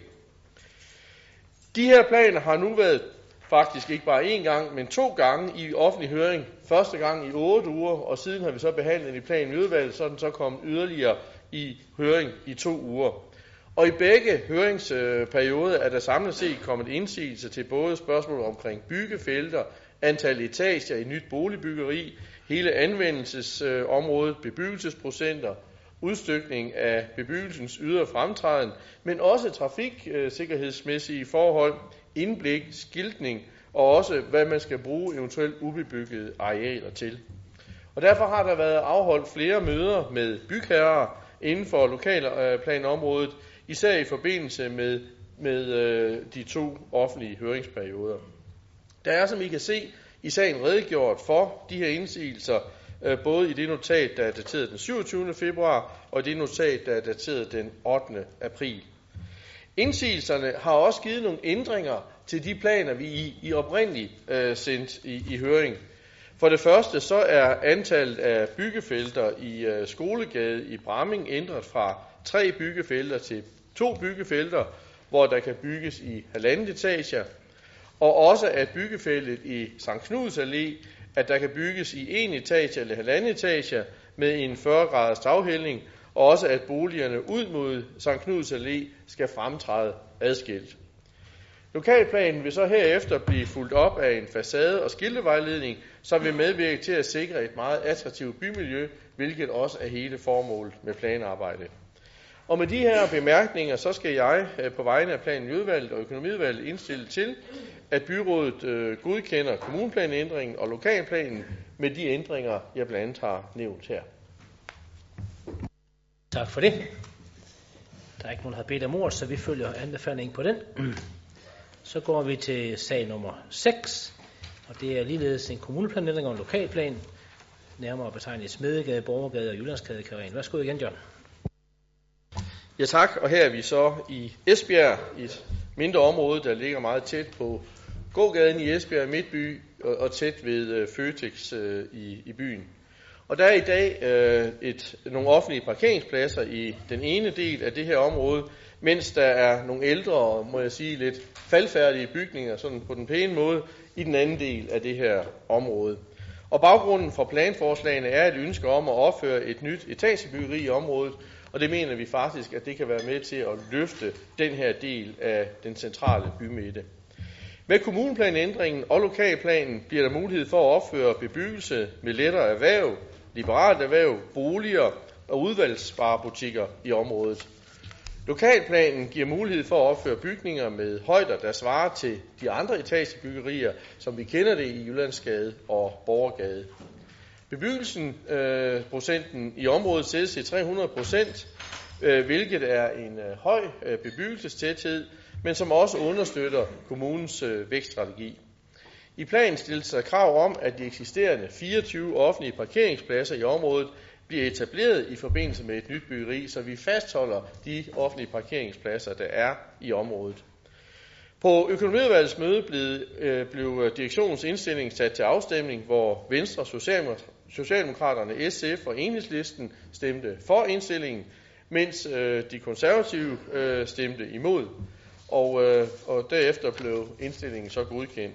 De her planer har nu været faktisk ikke bare én gang, men to gange i offentlig høring. Første gang i otte uger, og siden har vi så behandlet i planen i udvalget, så er den så kommet yderligere i høring i to uger. Og i begge høringsperioder er der samlet set kommet indsigelse til både spørgsmål omkring byggefelter, antal etager i nyt boligbyggeri, hele anvendelsesområdet, bebyggelsesprocenter, udstykning af bebyggelsens ydre fremtræden, men også trafiksikkerhedsmæssige forhold, indblik, skiltning og også hvad man skal bruge eventuelt ubebyggede arealer til. Og derfor har der været afholdt flere møder med bygherrer inden for lokalplanområdet, især i forbindelse med, med øh, de to offentlige høringsperioder. Der er, som I kan se, i sagen redegjort for de her indsigelser, øh, både i det notat, der er dateret den syvogtyvende februar, og i det notat, der er dateret den ottende april. Indsigelserne har også givet nogle ændringer til de planer, vi i, i oprindeligt øh, sendt i, i høring. For det første så er antallet af byggefelter i øh, Skolegade i Bramming ændret fra tre byggefelter til to byggefelter, hvor der kan bygges i halvandet etager, og også at byggefeltet i Sankt Knuds Allé, at der kan bygges i en etage eller halvandet etager med en fyrre graders daghældning, og også at boligerne ud mod Sankt Knuds Allé skal fremtræde adskilt. Lokalplanen vil så herefter blive fulgt op af en facade- og skiltevejledning, som vil medvirke til at sikre et meget attraktivt bymiljø, hvilket også er hele formålet med planarbejdet. Og med de her bemærkninger, så skal jeg på vegne af planen i udvalget og økonomiudvalget indstille til, at byrådet øh, godkender kommuneplanændringen og lokalplanen med de ændringer, jeg blandt andet har nævnt her. Tak for det. Der er ikke nogen, der har bedt om ord, så vi følger anbefalingen på den. Så går vi til sag nummer seks, og det er ligeledes en kommuneplanændring og en lokalplan, nærmere betegnet i Smedegade, Borgergade og Jyllandsgade. Karin, værsgo igen, John. Ja tak, og her er vi så i Esbjerg, i et mindre område, der ligger meget tæt på gågaden i Esbjerg Midtby og, og tæt ved øh, Føtex øh, i, i byen. Og der er i dag øh, et, nogle offentlige parkeringspladser i den ene del af det her område, mens der er nogle ældre, må jeg sige, lidt faldfærdige bygninger, sådan på den pæne måde, i den anden del af det her område. Og baggrunden for planforslagene er et ønske om at opføre et nyt etagebyggeri i området, og det mener vi faktisk, at det kan være med til at løfte den her del af den centrale bymidte. Med kommuneplanændringen og lokalplanen bliver der mulighed for at opføre bebyggelse med lettere erhverv, liberalt erhverv, boliger og udvalgsvarebutikker i området. Lokalplanen giver mulighed for at opføre bygninger med højder, der svarer til de andre etagebyggerier, som vi kender det i Jyllandsgade og Borgergade. Bebyggelsen øh, procenten i området sættes til tre hundrede procent, øh, hvilket er en øh, høj øh, bebyggelsestæthed, men som også understøtter kommunens øh, vækststrategi. I planen stilles der krav om, at de eksisterende fireogtyve offentlige parkeringspladser i området bliver etableret i forbindelse med et nyt byggeri, så vi fastholder de offentlige parkeringspladser, der er i området. På økonomiudvalgets møde blev, øh, blev direktionens indstilling sat til afstemning, hvor Venstre, Socialdemokraterne, S F og Enhedslisten stemte for indstillingen, mens øh, de konservative øh, stemte imod, og, øh, og derefter blev indstillingen så godkendt.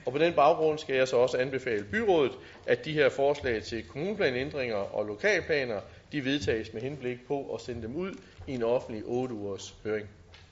Og på den baggrund skal jeg så også anbefale byrådet, at de her forslag til kommuneplanændringer og lokalplaner, de vedtages med henblik på at sende dem ud i en offentlig otte ugers høring.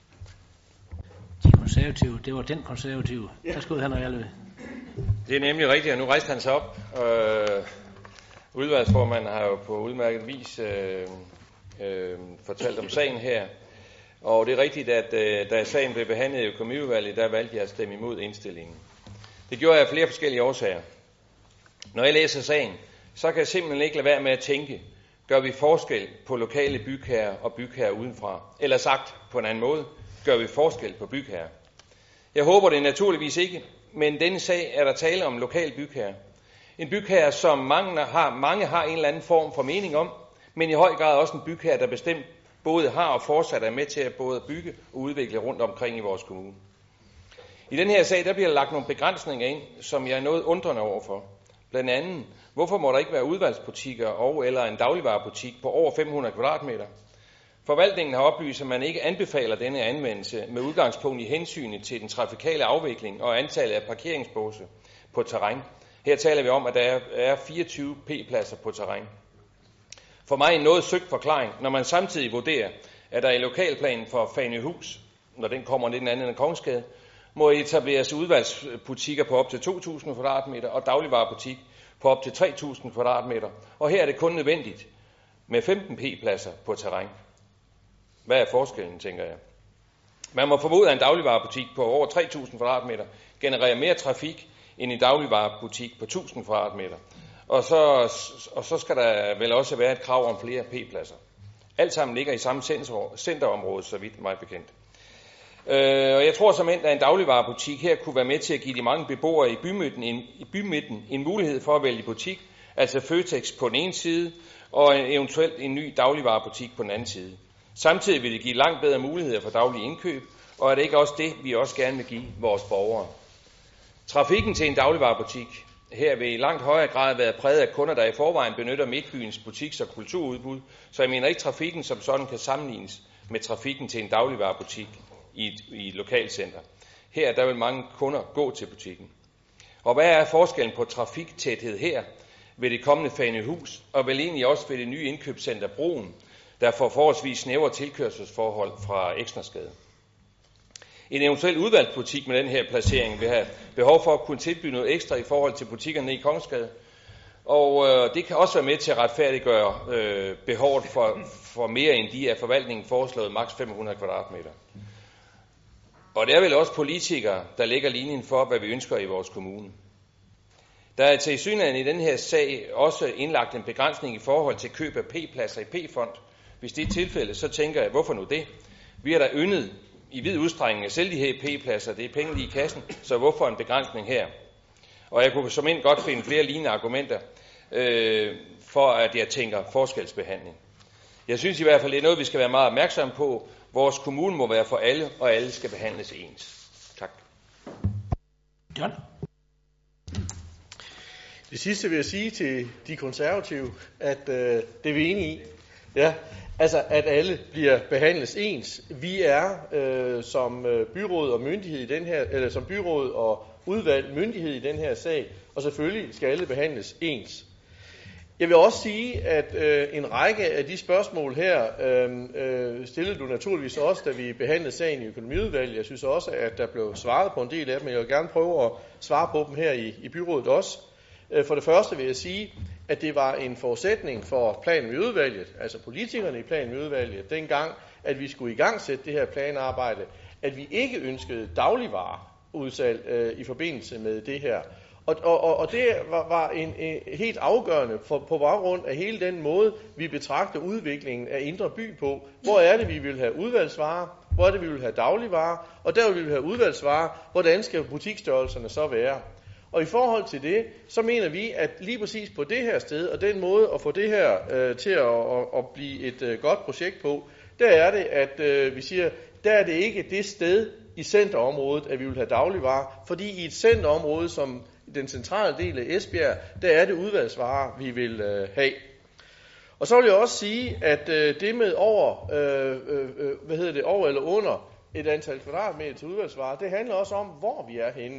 De konservative, det var den konservative. Ja. Der skulle han og alle. Det er nemlig rigtigt, og nu rejste han sig op. Øh, udvalgsformanden har jo på udmærket vis øh, øh, fortalt om sagen her. Og det er rigtigt, at øh, da sagen blev behandlet i økonomiudvalget, der valgte jeg at stemme imod indstillingen. Det gjorde jeg af flere forskellige årsager. Når jeg læser sagen, så kan jeg simpelthen ikke lade være med at tænke, gør vi forskel på lokale bygherrer og bygherrer udenfra? Eller sagt på en anden måde, gør vi forskel på bygherrer? Jeg håber det naturligvis ikke, men denne sag er der tale om lokal bygherre. En bygherre, som mange har, mange har en eller anden form for mening om, men i høj grad også en bygherre, der bestemt både har og fortsat er med til at både bygge og udvikle rundt omkring i vores kommune. I den her sag, der bliver lagt nogle begrænsninger ind, som jeg er noget undrende overfor. Blandt andet, hvorfor må der ikke være udvalgsbutikker og eller en dagligvarebutik på over fem hundrede kvadratmeter? Forvaltningen har oplyst, at man ikke anbefaler denne anvendelse med udgangspunkt i hensynet til den trafikale afvikling og antallet af parkeringsbåse på terræn. Her taler vi om, at der er fireogtyve p-pladser på terræn. For mig en noget søgt forklaring, når man samtidig vurderer, at der i lokalplanen for Fanøhus, når den kommer lidt anden end Kongensgade, må etableres udvalgsbutikker på op til to tusind kvadratmeter og dagligvarebutik på op til tre tusind kvadratmeter. Og her er det kun nødvendigt med femten p-pladser på terræn. Hvad er forskellen, tænker jeg? Man må formode, at en dagligvarebutik på over tre tusind kvadratmeter genererer mere trafik end en dagligvarebutik på tusind kvadratmeter. Og så, og så skal der vel også være et krav om flere p-pladser. Alt sammen ligger i samme centerområde, så vidt mig bekendt. Øh, og jeg tror simpelthen, at en dagligvarebutik her kunne være med til at give de mange beboere i bymidten en, i bymidten en mulighed for at vælge butik, altså Føtex på den ene side, og eventuelt en ny dagligvarebutik på den anden side. Samtidig vil det give langt bedre muligheder for daglige indkøb, og er det ikke også det, vi også gerne vil give vores borgere. Trafikken til en dagligvarebutik her vil i langt højere grad være præget af kunder, der i forvejen benytter midtbyens butiks- og kulturudbud, så jeg mener ikke, trafikken som sådan kan sammenlignes med trafikken til en dagligvarebutik i et, i et lokalcenter. Her der vil mange kunder gå til butikken. Og hvad er forskellen på trafiktæthed her ved det kommende Fanøhus, og vel egentlig også ved det nye indkøbscenter Broen, der får forholdsvis snævre tilkørselsforhold fra Eksnersgade? En eventuel udvalgsbutik med den her placering vil have behov for at kunne tilbyde noget ekstra i forhold til butikkerne i Kongensgade. Og øh, det kan også være med til at retfærdiggøre øh, behovet for, for mere end de af forvaltningen foreslået maks fem hundrede kvadratmeter. Og det er vel også politikere, der lægger linjen for, hvad vi ønsker i vores kommune. Der er til synligheden i den her sag også indlagt en begrænsning i forhold til køb af p-pladser i p-fond. Hvis det er tilfældet, så tænker jeg, hvorfor nu det? Vi har da yndet i vid udstrækning at sælge de her p-pladser, det er penge lige i kassen, så hvorfor en begrænsning her? Og jeg kunne som end godt finde flere lignende argumenter øh, for, at jeg tænker forskelsbehandling. Jeg synes i hvert fald, det er noget, vi skal være meget opmærksomme på. Vores kommune må være for alle, og alle skal behandles ens. Tak. John? Det sidste vil jeg sige til de konservative, at øh, det er vi enige i. Ja, altså at alle bliver behandles ens. Vi er øh, som byråd og myndighed i den her, eller som byråd og udvalg myndighed i den her sag, og selvfølgelig skal alle behandles ens. Jeg vil også sige, at øh, en række af de spørgsmål her øh, øh, stillede du naturligvis også, da vi behandlede sagen i økonomiudvalget. Jeg synes også, at der blev svaret på en del af dem, men jeg vil gerne prøve at svare på dem her i, i byrådet også. Øh, for det første vil jeg sige, at det var en forudsætning for planen i udvalget, altså politikerne i planen i udvalget, dengang, at vi skulle i gang sætte det her planarbejde, at vi ikke ønskede dagligvareudsalg øh, i forbindelse med det her. Og, og, og det var, var en, en helt afgørende for, på baggrund af hele den måde, vi betragter udviklingen af Indre By på. Hvor er det, vi vil have udvalgsvarer? Hvor er det, vi vil have dagligvarer? Og der vil vi have udvalgsvarer. Hvordan skal butiksstørrelserne så være? Og i forhold til det, så mener vi, at lige præcis på det her sted, og den måde at få det her øh, til at, at, at blive et øh, godt projekt på, der er det, at øh, vi siger, der er det ikke det sted i centerområdet, at vi vil have dagligvarer. Fordi i et centerområde, som den centrale del af Esbjerg, der er det udvalgsvarer, vi vil øh, have. Og så vil jeg også sige, at øh, det med over, øh, øh, hvad hedder det, over eller under et antal kvadratmeter til udvalgsvarer, det handler også om, hvor vi er henne.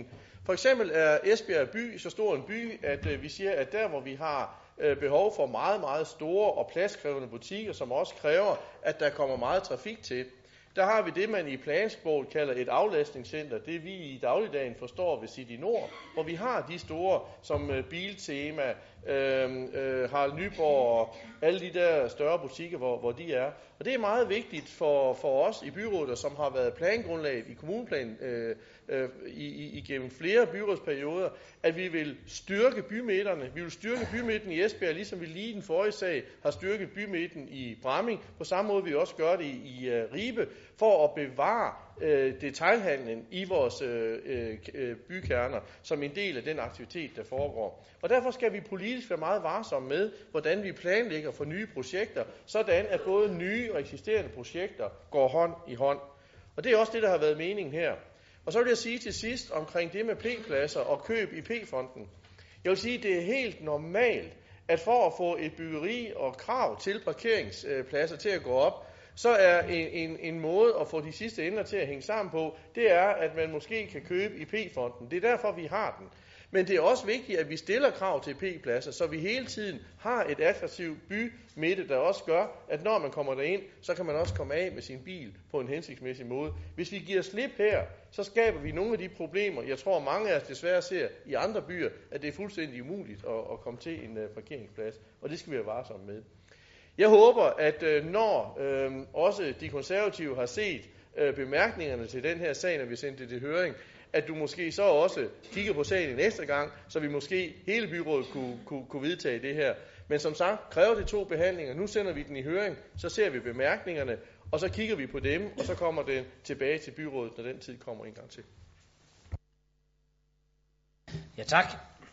For eksempel er Esbjerg by så stor en by, at øh, vi siger, at der hvor vi har øh, behov for meget, meget store og pladskrævende butikker, som også kræver, at der kommer meget trafik til, der har vi det, man i plansproget kalder et aflastningscenter. Det vi i dagligdagen forstår ved City Nord, hvor vi har de store som øh, Biltema, øh, øh, Harald Nyborg og alle de der større butikker, hvor, hvor de er. Og det er meget vigtigt for, for os i byrådet, som har været plangrundlaget i kommuneplanen øh, øh, i, i, igennem flere byrådsperioder, at vi vil styrke bymidterne. Vi vil styrke bymidten i Esbjerg, ligesom vi lige i den forrige sag har styrket bymidten i Bramming. På samme måde vil vi også gøre det i, i uh, Ribe, for at bevare øh, detailhandlen i vores øh, øh, bykerner som en del af den aktivitet, der foregår. Og derfor skal vi politisk være meget varsomme med, hvordan vi planlægger for nye projekter, sådan at både nye og eksisterende projekter går hånd i hånd. Og det er også det, der har været meningen her. Og så vil jeg sige til sidst omkring det med P-pladser og køb i P-fonden. Jeg vil sige, at det er helt normalt, at for at få et byggeri og krav til parkeringspladser til at gå op, så er en, en, en måde at få de sidste ender til at hænge sammen på, det er, at man måske kan købe i P-fonden. Det er derfor, vi har den. Men det er også vigtigt, at vi stiller krav til P-pladser, så vi hele tiden har et attraktivt bymidte, der også gør, at når man kommer derind, så kan man også komme af med sin bil på en hensigtsmæssig måde. Hvis vi giver slip her, så skaber vi nogle af de problemer, jeg tror mange af os desværre ser i andre byer, at det er fuldstændig umuligt at, at komme til en uh, parkeringsplads, og det skal vi være varsomme med. Jeg håber, at øh, når øh, også de konservative har set øh, bemærkningerne til den her sag, når vi sendte det til høring, at du måske så også kigger på sagen en ekstra gang, så vi måske hele byrådet kunne, kunne, kunne vedtage det her. Men som sagt, kræver det to behandlinger. Nu sender vi den i høring, så ser vi bemærkningerne, og så kigger vi på dem, og så kommer det tilbage til byrådet, når den tid kommer en gang til. Ja, tak.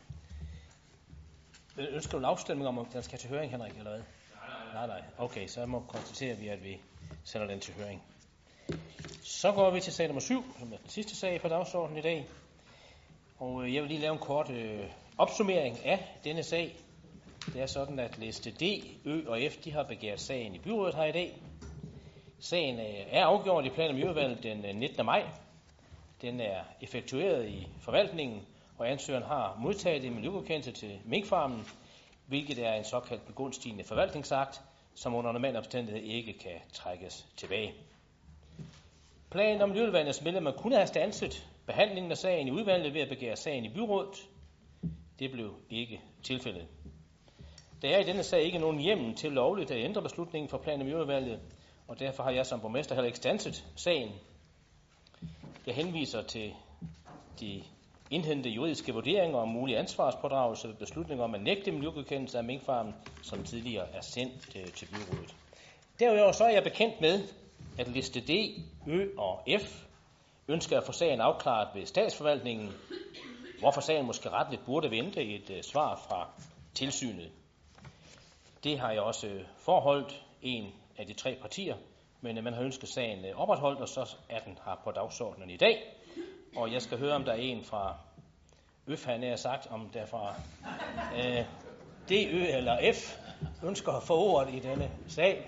Ønsker du en afstemning om, om den skal til høring, Henrik, eller hvad? Nej, nej. Okay, så må konstatere vi, at vi sender den til høring. Så går vi til sag nummer syv, som er den sidste sag på dagsordenen i dag. Og jeg vil lige lave en kort øh, opsummering af denne sag. Det er sådan, at liste D, Ø og F, de har begært sagen i byrådet her i dag. Sagen er afgjort i plan- og miljøudvalget den nittende maj. Den er effektueret i forvaltningen, og ansøgeren har modtaget en miljøgodkendelse til minkfarmen, hvilket er en såkaldt begunstigende forvaltningsakt, som under normale omstændigheder ikke kan trækkes tilbage. Plan- og miljøudvalgets medlemmer kunne have standset behandlingen af sagen i udvalget ved at begære sagen i byrådet. Det blev ikke tilfældet. Der er i denne sag ikke nogen hjemmel til lovligt at ændre beslutningen for plan- og miljøudvalget, og derfor har jeg som borgmester heller ikke standset sagen. Jeg henviser til de indhente juridiske vurderinger om mulig ansvarspådragelse ved beslutninger om at nægte miljøgodkendelse af minkfarmen, som tidligere er sendt øh, til byrådet. Derudover så er jeg bekendt med, at liste D, Ø og F ønsker at få sagen afklaret ved statsforvaltningen, hvorfor sagen måske retligt burde vente et øh, svar fra tilsynet. Det har jeg også øh, forholdt en af de tre partier, men øh, man har ønsket sagen øh, opretholdt, og så er den her på dagsordenen i dag. Og jeg skal høre, om der er en fra Øf, han er sagt, om der fra øh, D, Ø eller F ønsker at få ordet i denne sag.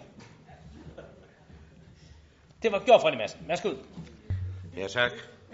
Det var gjort fra det, Madsen. Værsgo. Ja, tak.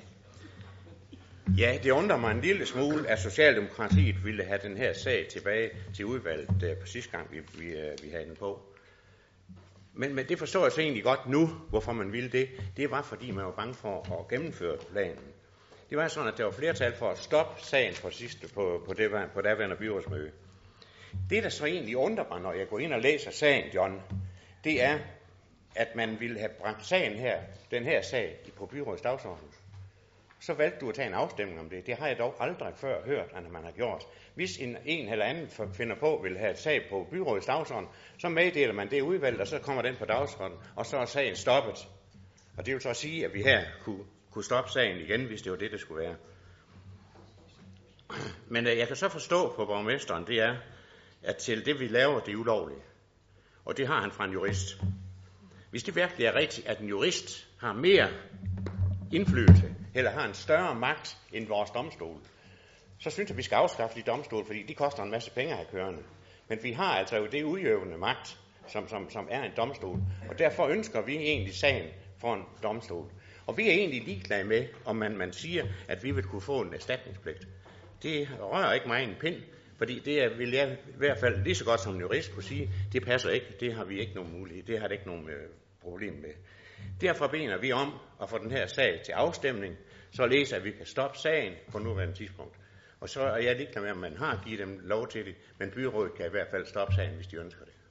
Ja, det undrer mig en lille smule, at Socialdemokratiet ville have den her sag tilbage til udvalget der på sidste gang, vi, vi, vi havde den på. Men, men det forstår jeg så egentlig godt nu, hvorfor man ville det. Det var, fordi man var bange for at gennemføre planen. Det var sådan, at der var flertal for at stoppe sagen på sidste på, på, det, på daværende byrådsmøde. Det, der så egentlig undrer mig, når jeg går ind og læser sagen, John, det er, at man ville have bragt sagen her, den her sag på byrådets dagsorden. Så valgte du at tage en afstemning om det. Det har jeg dog aldrig før hørt, at man har gjort. Hvis en, en eller anden finder på, vil have et sag på byrådets dagsorden, så meddeler man det udvalgt, og så kommer den på dagsorden, og så er sagen stoppet. Og det vil så sige, at vi her kunne, kunne stoppe sagen igen, hvis det var det, det skulle være. Men øh, jeg kan så forstå på borgmesteren, det er, at til det vi laver, det er ulovligt. Og det har han fra en jurist. Hvis det virkelig er rigtigt, at en jurist har mere indflydelse, eller har en større magt end vores domstol, så synes jeg, vi skal afskaffe de domstol, fordi de koster en masse penge at have kørende. Men vi har altså jo det udøvende magt, som, som, som er en domstol, og derfor ønsker vi egentlig sagen for en domstol. Og vi er egentlig ligeglade med, om man, man siger, at vi vil kunne få en erstatningspligt. Det rører ikke mig en pind, fordi det er, vil jeg i hvert fald lige så godt som en jurist kunne sige, det passer ikke, det har vi ikke nogen mulighed, det har det ikke nogen øh, problem med. Derfor mener vi om at få den her sag til afstemning, således at vi kan stoppe sagen på nuværende tidspunkt. Og så er jeg ligeglad med, om man har givet dem lov til det, men byrådet kan i hvert fald stoppe sagen, hvis de ønsker det.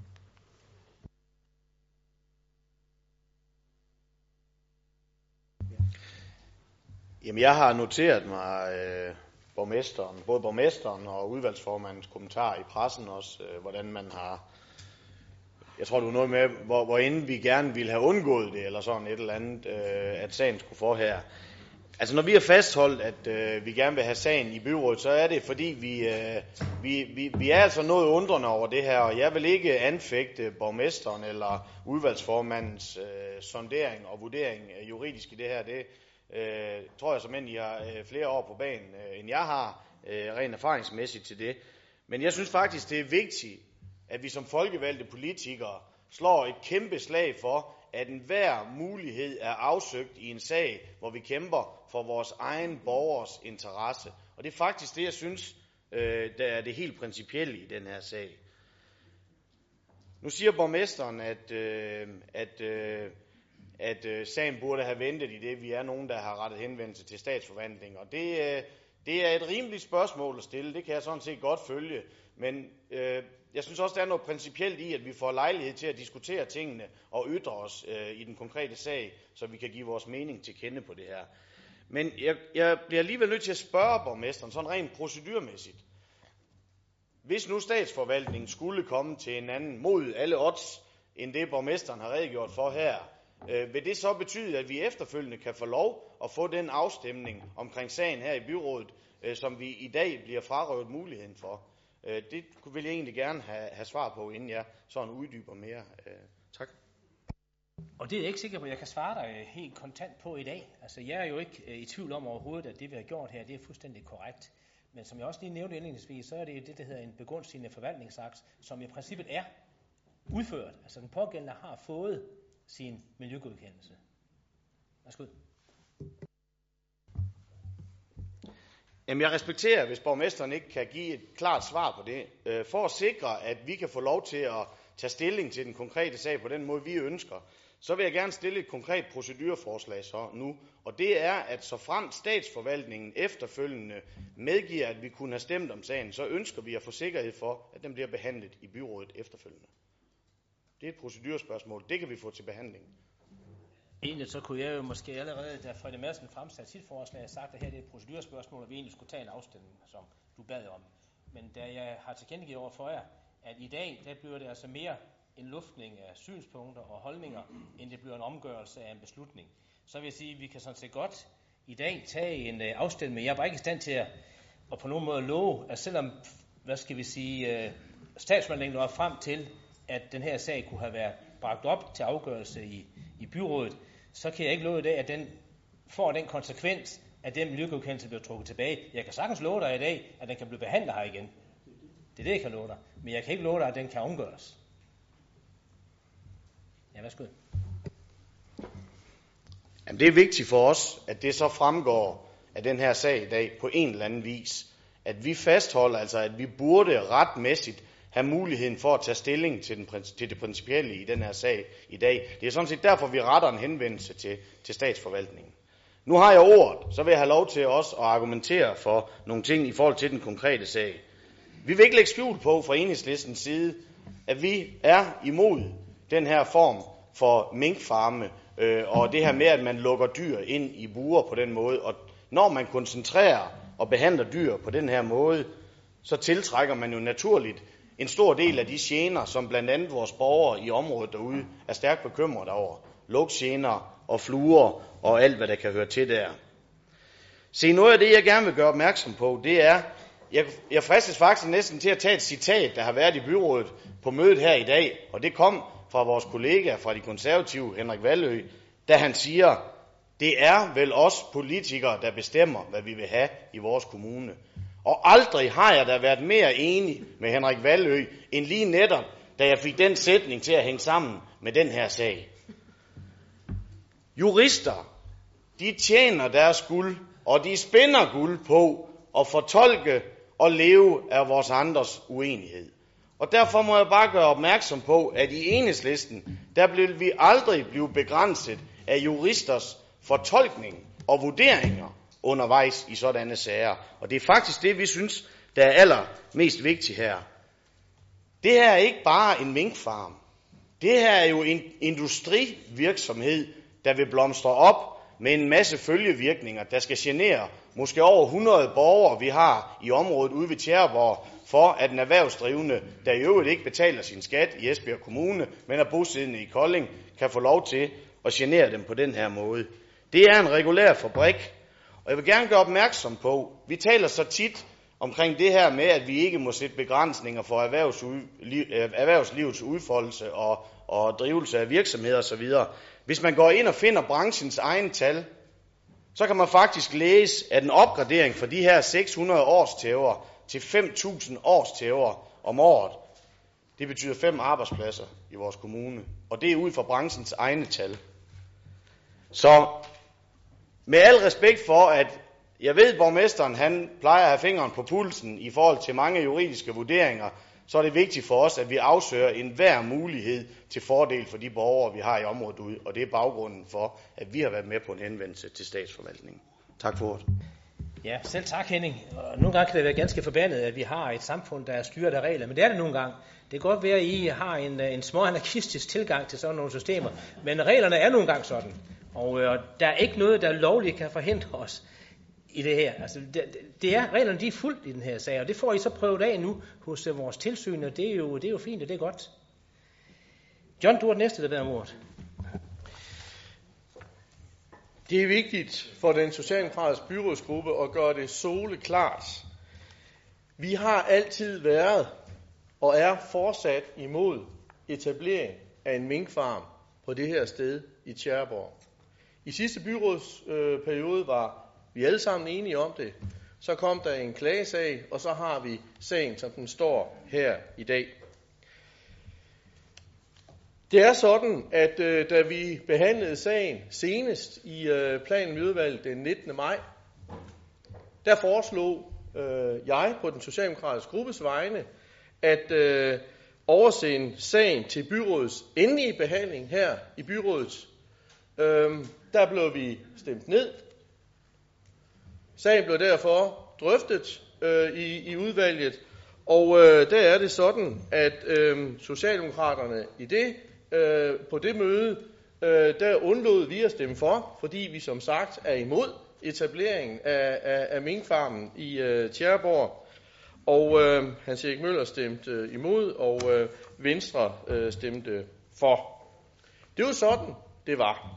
Jamen, jeg har noteret mig øh, borgmesteren, både borgmesteren og udvalgsformandens kommentarer i pressen også, øh, hvordan man har, jeg tror, det var noget med, hvor, hvor inden vi gerne ville have undgået det, eller sådan et eller andet, øh, at sagen skulle få her. Altså, når vi har fastholdt, at øh, vi gerne vil have sagen i byrådet, så er det, fordi vi, øh, vi, vi, vi er altså noget undrende over det her, og jeg vil ikke anfægte borgmesteren eller udvalgsformandens øh, sondering og vurdering øh, juridisk i det her. Det øh, tror jeg, som end I har øh, flere år på banen, øh, end jeg har, øh, rent erfaringsmæssigt til det. Men jeg synes faktisk, det er vigtigt, at vi som folkevalgte politikere slår et kæmpe slag for, at enhver mulighed er afsøgt i en sag, hvor vi kæmper for vores egen borgers interesse. Og det er faktisk det, jeg synes, øh, der er det helt principielle i den her sag. Nu siger borgmesteren, at, øh, at, øh, at øh, sagen burde have ventet i det. Vi er nogen, der har rettet henvendelse til statsforvaltningen. Og det, øh, det er et rimeligt spørgsmål at stille. Det kan jeg sådan set godt følge. Men øh, jeg synes også, der er noget principielt i, at vi får lejlighed til at diskutere tingene og ytre os øh, i den konkrete sag, så vi kan give vores mening til kende på det her. Men jeg, jeg bliver alligevel nødt til at spørge borgmesteren, sådan rent procedurmæssigt. Hvis nu statsforvaltningen skulle komme til en anden mod alle odds, end det borgmesteren har redegjort for her, øh, vil det så betyde, at vi efterfølgende kan få lov at få den afstemning omkring sagen her i byrådet, øh, som vi i dag bliver frarøvet muligheden for? Det vil jeg egentlig gerne have, have svar på, inden jeg sådan uddyber mere. Tak. Og det er jeg ikke sikker på, at jeg kan svare dig helt kontant på i dag. Altså, jeg er jo ikke i tvivl om overhovedet, at det, vi har gjort her, det er fuldstændig korrekt. Men som jeg også lige nævnte indledningsvis, så er det det, der hedder en begunstigende forvaltningsakt, som i princippet er udført. Altså, den pågældende har fået sin miljøgodkendelse. Værsgo. Jamen, jeg respekterer, hvis borgmesteren ikke kan give et klart svar på det. Øh, for at sikre, at vi kan få lov til at tage stilling til den konkrete sag på den måde, vi ønsker, så vil jeg gerne stille et konkret procedureforslag så nu. Og det er, at så frem statsforvaltningen efterfølgende medgiver, at vi kunne have stemt om sagen, så ønsker vi at få sikkerhed for, at den bliver behandlet i byrådet efterfølgende. Det er et procedurespørgsmål. Det kan vi få til behandling. Egentlig så kunne jeg jo måske allerede, da Frede Madsen fremsatte sit forslag, have sagt, at her det er et procedurspørgsmål, og vi egentlig skulle tage en afstemning, som du bad om. Men da jeg har tilkendegivet over for jer, at i dag, der bliver det altså mere en luftning af synspunkter og holdninger, end det bliver en omgørelse af en beslutning. Så vil jeg sige, at vi kan sådan set godt i dag tage en øh, afstemning. Jeg er bare ikke i stand til at, at på nogen måde love, at selvom, hvad skal vi sige, øh, statsforvaltningen nåede frem til, at den her sag kunne have været bragt op til afgørelse i, i byrådet, så kan jeg ikke love i dag, at den får den konsekvens, at den miljøgodkendelse bliver trukket tilbage. Jeg kan sagtens love dig i dag, at den kan blive behandlet her igen. Det er det, jeg kan love dig. Men jeg kan ikke love dig, at den kan omgøres. Ja, værsgo. Jamen, det er vigtigt for os, at det så fremgår af den her sag i dag på en eller anden vis. At vi fastholder, altså at vi burde retmæssigt have muligheden for at tage stilling til, den, til det principielle i den her sag i dag. Det er sådan set derfor, vi retter en henvendelse til, til statsforvaltningen. Nu har jeg ordet, så vil jeg have lov til også at argumentere for nogle ting i forhold til den konkrete sag. Vi vil ikke lægge skjul på fra Enhedslistens side, at vi er imod den her form for minkfarme, øh, og det her med, at man lukker dyr ind i buer på den måde. Og når man koncentrerer og behandler dyr på den her måde, så tiltrækker man jo naturligt en stor del af de gener, som blandt andet vores borgere i området derude er stærkt bekymret over. Lugtgener og fluer og alt, hvad der kan høre til der. Se, noget af det, jeg gerne vil gøre opmærksom på, det er, jeg, jeg fristes faktisk næsten til at tage et citat, der har været i byrådet på mødet her i dag, og det kom fra vores kollega fra de konservative, Henrik Vallø, da han siger, det er vel os politikere, der bestemmer, hvad vi vil have i vores kommune. Og aldrig har jeg da været mere enig med Henrik Vallø, end lige netop, da jeg fik den sætning til at hænge sammen med den her sag. Jurister de tjener deres guld, og de spinder guld på at fortolke og leve af vores andres uenighed. Og derfor må jeg bare gøre opmærksom på, at i Enhedslisten, der vil vi aldrig blive begrænset af juristers fortolkning og vurderinger undervejs i sådanne sager. Og det er faktisk det, vi synes, der er allermest vigtigt her. Det her er ikke bare en minkfarm. Det her er jo en industrivirksomhed, der vil blomstre op med en masse følgevirkninger, der skal genere måske over hundrede borgere, vi har i området ude ved Tjæreborg, for at en erhvervsdrivende, der i øvrigt ikke betaler sin skat i Esbjerg Kommune, men er bosiddende i Kolding, kan få lov til at genere dem på den her måde. Det er en regulær fabrik, og jeg vil gerne gøre opmærksom på, vi taler så tit omkring det her med, at vi ikke må sætte begrænsninger for erhvervslivets udfoldelse og, og drivelse af virksomheder osv. Hvis man går ind og finder branchens egen tal, så kan man faktisk læse, at en opgradering for de her seks hundrede årstæver til fem tusind årstæver om året, det betyder fem arbejdspladser i vores kommune, og det er ud fra branchens egne tal. Så med al respekt for, at jeg ved, at borgmesteren han plejer at have fingeren på pulsen i forhold til mange juridiske vurderinger, så er det vigtigt for os, at vi afsøger enhver mulighed til fordel for de borgere, vi har i området ude, og det er baggrunden for, at vi har været med på en henvendelse til statsforvaltningen. Tak for ordet. Ja, selv tak, Henning. Og nogle gange kan det være ganske forbandet, at vi har et samfund, der er styret af regler, men det er det nogle gange. Det kan godt være, at I har en, en små anarkistisk tilgang til sådan nogle systemer, men reglerne er nogle gange sådan, og øh, der er ikke noget, der lovligt kan forhindre os i det her. Altså, det, det er, reglerne de er fuldt i den her sag, og det får I så prøvet af nu hos uh, vores tilsyn, og det er, jo, det er jo fint, og det er godt. John, du er den næste, der beder om ordet. Det er vigtigt for den socialdemokratiske byrådsgruppe at gøre det soleklart. Vi har altid været og er fortsat imod etablering af en minkfarm på det her sted i Tjæreborg. I sidste byrådsperiode var vi alle sammen enige om det. Så kom der en klagesag, og så har vi sagen, som den står her i dag. Det er sådan, at øh, da vi behandlede sagen senest i øh, planen i udvalget den nittende maj, der foreslog øh, jeg på den socialdemokratiske gruppes vegne, at øh, oversende sagen til byrådets endelige behandling her i byrådet. Øh, der blev vi stemt ned. Sagen blev derfor drøftet øh, i, i udvalget, og øh, der er det sådan, at øh, Socialdemokraterne i det, øh, på det møde, øh, der undlod vi at stemme for, fordi vi som sagt er imod etableringen af, af, af minkfarmen i øh, Tjæreborg. Og øh, Hans Erik Møller stemte øh, imod, og øh, Venstre øh, stemte for. Det var sådan, det var.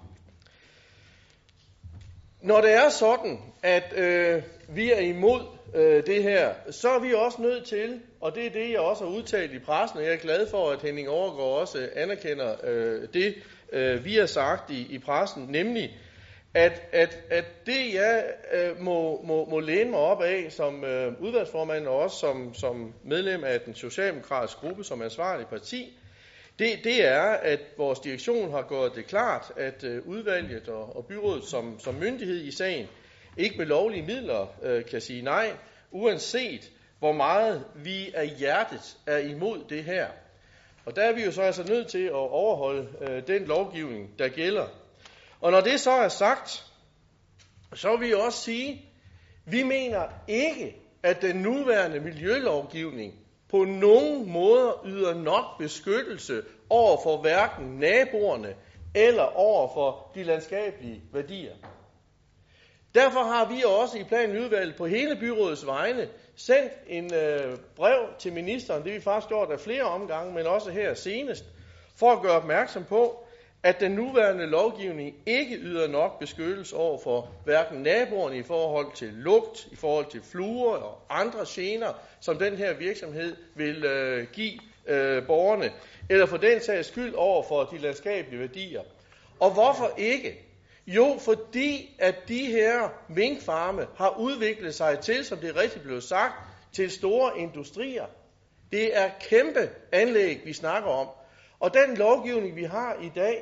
Når det er sådan, at øh, vi er imod øh, det her, så er vi også nødt til, og det er det, jeg også har udtalt i pressen, og jeg er glad for, at Henning Overgaard også anerkender øh, det, øh, vi har sagt i, i pressen, nemlig, at, at, at det, jeg øh, må, må, må læne mig op af som øh, udvalgsformand, og også som, som medlem af den socialdemokratiske gruppe, som ansvarlig parti, Det, det er, at vores direktion har gjort det klart, at øh, udvalget og, og byrådet som, som myndighed i sagen ikke med lovlige midler øh, kan sige nej, uanset hvor meget vi af hjertet er imod det her. Og der er vi jo så altså nødt til at overholde øh, den lovgivning, der gælder. Og når det så er sagt, så vil jeg også sige, vi mener ikke, at den nuværende miljølovgivning på nogen måder yder nok beskyttelse over for hverken naboerne eller over for de landskabelige værdier. Derfor har vi også i planudvalget på hele byrådets vegne sendt en øh, brev til ministeren, det har vi faktisk gjort af flere omgange, men også her senest, for at gøre opmærksom på, at den nuværende lovgivning ikke yder nok beskyttelse over for hverken naboerne i forhold til lugt, i forhold til fluer og andre gener, som den her virksomhed vil øh, give øh, borgerne, eller for den sags skyld over for de landskabelige værdier. Og hvorfor ikke? Jo, fordi at de her minkfarme har udviklet sig til, som det rigtig blev sagt, til store industrier. Det er kæmpe anlæg, vi snakker om. Og den lovgivning, vi har i dag,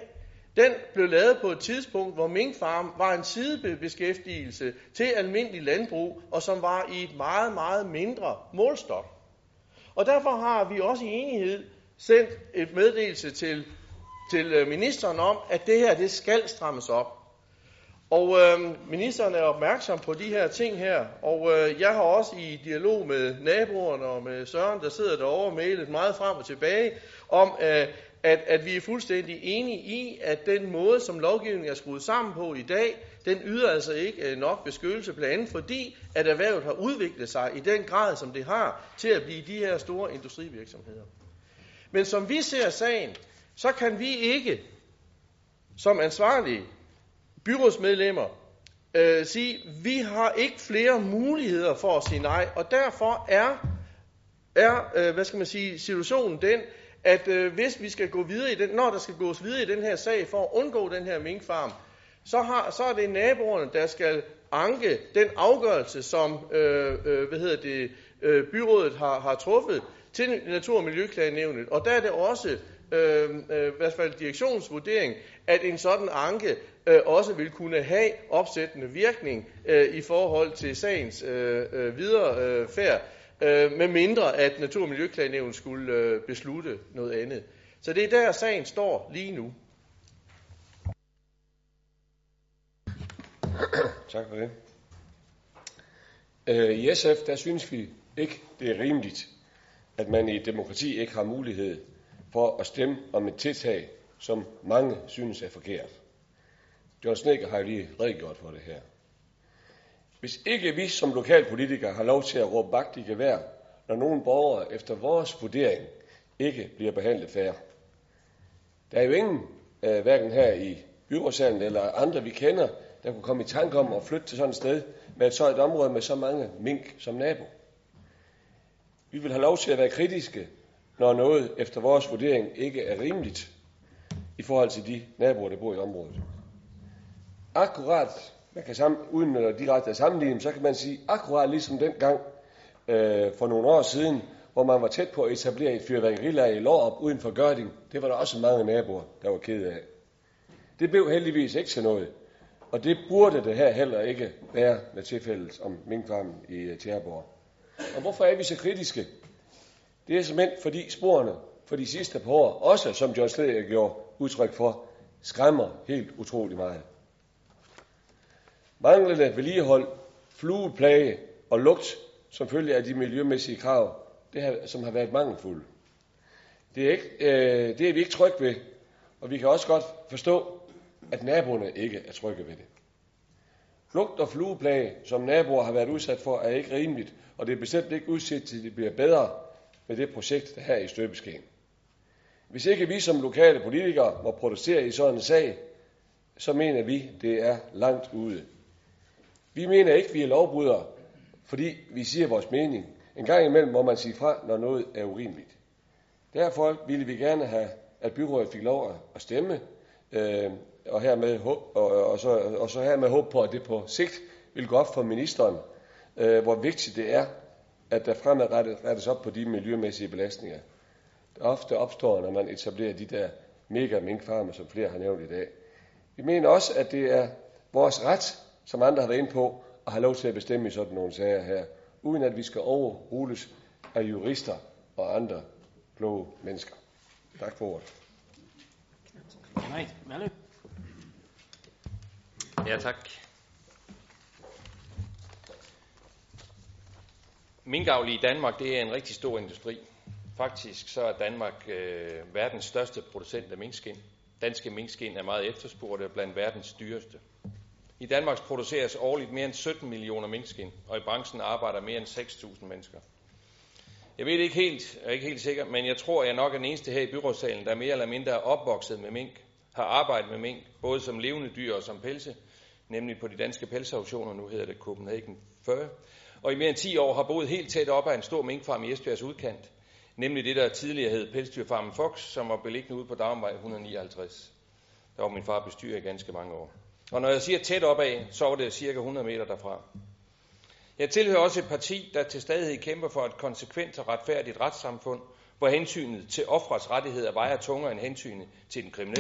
Den blev lavet på et tidspunkt, hvor minkfarm var en sidebeskæftigelse til almindelig landbrug, og som var i et meget, meget mindre målstok. Og derfor har vi også i enighed sendt et meddelelse til, til ministeren om, at det her det skal strammes op. Og øh, ministeren er opmærksom på de her ting her, og øh, jeg har også i dialog med naboerne og med Søren, der sidder derovre, mailet meget frem og tilbage, om øh, at, at vi er fuldstændig enige i, at den måde, som lovgivningen er skruet sammen på i dag, den yder altså ikke nok beskyttelse, blandt andet fordi, at erhvervet har udviklet sig i den grad, som det har, til at blive de her store industrivirksomheder. Men som vi ser sagen, så kan vi ikke, som ansvarlige byrådsmedlemmer, øh, sige, vi har ikke flere muligheder for at sige nej, og derfor er, er øh, hvad skal man sige, situationen den, at øh, hvis vi skal gå videre i den, når der skal gås videre i den her sag for at undgå den her minkfarm, så, har, så er det naboerne, der skal anke den afgørelse, som øh, øh, hvad hedder det, øh, byrådet har, har truffet til Natur- og Miljøklagenævnet. Og der er det også øh, øh, i hvert fald direktionsvurdering, at en sådan anke øh, også vil kunne have opsættende virkning øh, i forhold til sagens øh, øh, videre øh, færd, øh, med mindre at Natur- og Miljøklagenævnet skulle øh, beslutte noget andet. Så det er der, sagen står lige nu. Tak for det. Øh, I S F, der synes vi ikke, det er rimeligt, at man i et demokrati ikke har mulighed for at stemme om et tiltag, som mange synes er forkert. John Snedker har lige redegjort for det her. Hvis ikke vi som lokalpolitikere har lov til at råbe vagt i gevær, når nogle borgere efter vores vurdering ikke bliver behandlet fair. Der er jo ingen, øh, hverken her i byrådssalen eller andre vi kender, der kunne komme i tanke om at flytte til sådan et sted med et, så et område med så mange mink som nabo. Vi vil have lov til at være kritiske, når noget efter vores vurdering ikke er rimeligt i forhold til de naboer, der bor i området. Akkurat, man kan sammen, uden at direkte at sammenligne, så kan man sige akkurat ligesom dengang øh, for nogle år siden, hvor man var tæt på at etablere et fyrværkerilager i Lårup uden for Gørding. Det var der også mange naboer, der var kede af. Det blev heldigvis ikke til noget, og det burde det her heller ikke være med tilfældet om minkfarmen i Tjæreborg. Og hvorfor er vi så kritiske? Det er simpelthen fordi sporene for de sidste par år, også som John Snedker gjorde udtryk for, skræmmer helt utrolig meget. Manglende vedligehold, flueplage og lugt, som følge af de miljømæssige krav, det har, som har været mangelfulde. Det er, ikke, øh, det er vi ikke trygge ved, og vi kan også godt forstå, at naboerne ikke er trygge ved det. Lugt og flueplage, som naboer har været udsat for, er ikke rimeligt, og det er bestemt ikke udsigt til, at det bliver bedre med det projekt, der her i støbeskeen. Hvis ikke vi som lokale politikere må protestere i sådan en sag, så mener vi, det er langt ude. Vi mener ikke, vi er lovbrydere, fordi vi siger vores mening. En gang imellem må man sige fra, når noget er urimeligt. Derfor ville vi gerne have, at byrådet fik lov at stemme, øh, og, hermed, og, og, så, og så hermed håbe på, at det på sigt vil gå op for ministeren, øh, hvor vigtigt det er, at der fremadrettet rettes op på de miljømæssige belastninger, der ofte opstår, når man etablerer de der mega minkfarmer, som flere har nævnt i dag. Vi mener også, at det er vores ret, som andre har været inde på, at have lov til at bestemme i sådan nogle sager her, uden at vi skal overrules af jurister og andre kloge mennesker. Tak for ordet. Ja, tak. Minkavl i Danmark, det er en rigtig stor industri. Faktisk så er Danmark øh, verdens største producent af minkskind. Danske minkskind er meget efterspurgte og blandt verdens dyreste. I Danmark produceres årligt mere end sytten millioner minkskind, og i branchen arbejder mere end seks tusind mennesker. Jeg ved det ikke helt, jeg er ikke helt sikker, men jeg tror, jeg nok er den eneste her i byrådssalen, der mere eller mindre er opvokset med mink, har arbejdet med mink, både som levende dyr og som pelse, nemlig på de danske pelsauktioner, nu hedder det Copenhagen fyrre, og i mere end ti år har boet helt tæt op ad en stor minkfarm i Esbjergs udkant, nemlig det, der tidligere hed Pelsdyrfarmen Fox, som var beliggende ude på Dagmvej et hundrede nioghalvtreds. Der var min far bestyrer i ganske mange år. Og når jeg siger tæt op ad, så var det cirka hundrede meter derfra. Jeg tilhører også et parti, der til stadighed kæmper for et konsekvent og retfærdigt retssamfund, hvor hensynet til ofrets rettigheder vejer tungere end hensynet til den kriminelle,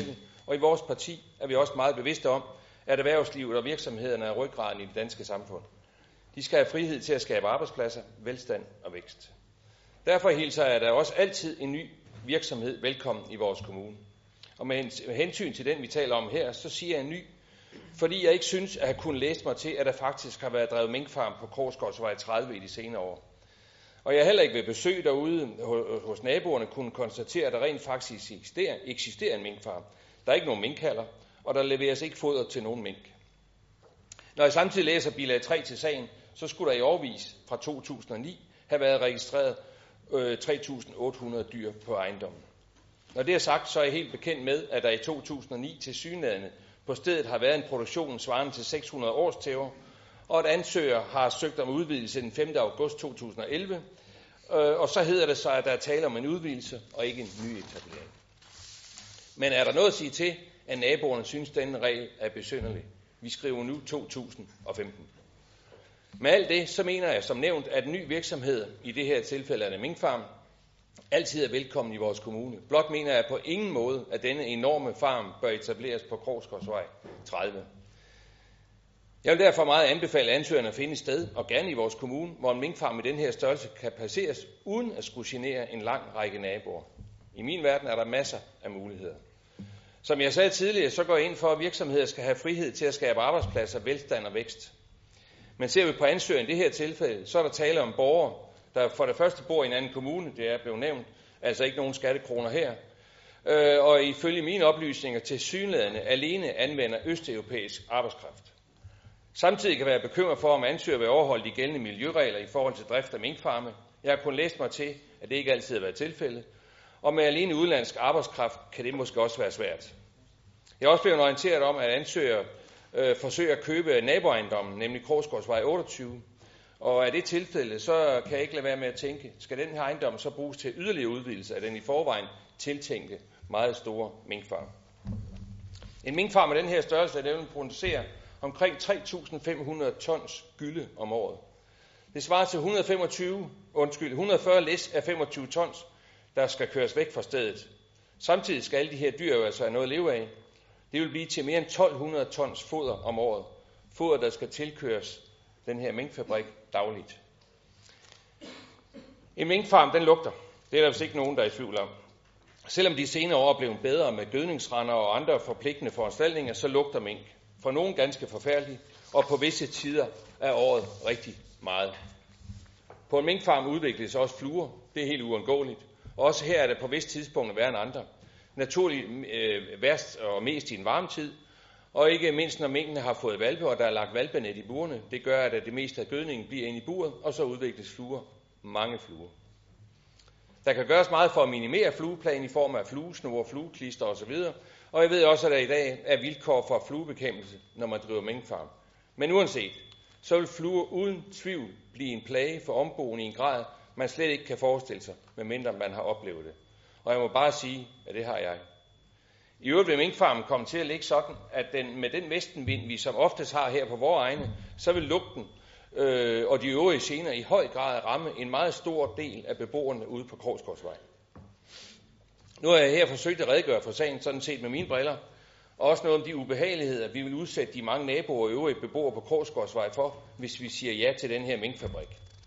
Og i vores parti er vi også meget bevidste om, at erhvervslivet og virksomhederne er ryggraden i det danske samfund. De skal have frihed til at skabe arbejdspladser, velstand og vækst. Derfor hilser jeg da også altid en ny virksomhed velkommen i vores kommune. Og med hensyn til den, vi taler om her, så siger jeg en ny, fordi jeg ikke synes at have kunnet læse mig til, at der faktisk har været drevet minkfarm på Krogsgårdsvej tredive i de senere år. Og jeg heller ikke ved besøg derude hos naboerne kunne konstatere, at der rent faktisk eksisterer, eksisterer en minkfarm. Der er ikke nogen minkhaller, og der leveres ikke foder til nogen mink. Når jeg samtidig læser bilag tre til sagen, så skulle der i årvis fra to tusind og ni have været registreret øh, tre tusind otte hundrede dyr på ejendommen. Når det er sagt, så er jeg helt bekendt med, at der i to tusind og ni til synlædende på stedet har været en produktion svarende til seks hundrede årstæver, og at ansøger har søgt om udvidelse den femte august to tusind og elleve, øh, og så hedder det så, at der er tale om en udvidelse og ikke en ny etablering. Men er der noget at sige til, at naboerne synes, at denne regel er besynderlig? Vi skriver nu to tusind og femten. Med alt det, så mener jeg som nævnt, at en ny virksomhed, i det her tilfælde er det minkfarm, altid er velkommen i vores kommune. Blot mener jeg på ingen måde, at denne enorme farm bør etableres på Krogsgårdsvej tredive. Jeg vil derfor meget anbefale ansøgerne at finde et sted, og gerne i vores kommune, hvor en minkfarm i den her størrelse kan placeres, uden at skulle genere en lang række naboer. I min verden er der masser af muligheder. Som jeg sagde tidligere, så går jeg ind for, at virksomheder skal have frihed til at skabe arbejdspladser, velstand og vækst. Men ser vi på ansøgeren i det her tilfælde, så er der tale om borgere, der for det første bor i en anden kommune, det er blevet nævnt, altså ikke nogen skattekroner her, øh, og ifølge mine oplysninger til synlædende alene anvender østeuropæisk arbejdskraft. Samtidig kan være bekymret for, om ansøger vil overholde de gældende miljøregler i forhold til drift af minkfarme. Jeg har kun læst mig til, at det ikke altid har været tilfældet, og med alene udenlandsk arbejdskraft kan det måske også være svært. Jeg er også blevet orienteret om, at ansøger øh, forsøger at købe naboejendommen, nemlig Krogsgårdsvej otteogtyve. Og er det tilfælde, så kan jeg ikke lade være med at tænke, skal den her ejendom så bruges til yderligere udvidelse af den i forvejen tiltænkte meget store minkfarm. En minkfarm med den her størrelse, der vil producere omkring tre tusind fem hundrede tons gylde om året. Det svarer til et hundrede og femogtyve, undskyld, et hundrede og fyrre læs af femogtyve tons, der skal køres væk fra stedet. Samtidig skal alle de her dyr jo altså have noget at leve af. Det vil blive til mere end tolv hundrede tons foder om året. Foder, der skal tilkøres den her minkfabrik dagligt. En minkfarm, den lugter. Det er der vist ikke nogen, der er i tvivl om. Selvom de senere år er blevet bedre med gødningsrender og andre forpligtende foranstaltninger, så lugter mink. For nogen ganske forfærdeligt, og på visse tider af året rigtig meget. På en minkfarm udvikles også fluer. Det er helt uundgåeligt. Og også her er det på visse tidspunkter værre end andre. Naturligt øh, værst og mest i en varm tid, og ikke mindst når minkene har fået valpe, og der er lagt valpenet i burene. Det gør, at det meste af gødningen bliver inde i buret, og så udvikles fluer. Mange fluer. Der kan gøres meget for at minimere flueplagen i form af fluesnore, flueklister osv., og jeg ved også, at der i dag er vilkår for fluebekæmpelse, når man driver minkfarm. Men uanset, så vil fluer uden tvivl blive en plage for omboende i en grad, man slet ikke kan forestille sig, medmindre man har oplevet det. Og jeg må bare sige, at det har jeg. I øvrigt vil minkfarmen komme til at ligge sådan, at den, med den vestenvind, vi som oftest har her på vores egne, så vil lugten øh, og de øvrige gener i høj grad ramme en meget stor del af beboerne ude på Krogsgårdsvej. Nu har jeg her forsøgt at redegøre for sagen, sådan set med mine briller, og også noget om de ubehageligheder, vi vil udsætte de mange naboer og øvrige beboere på Krogsgårdsvej for, hvis vi siger ja til den her minkfabrik.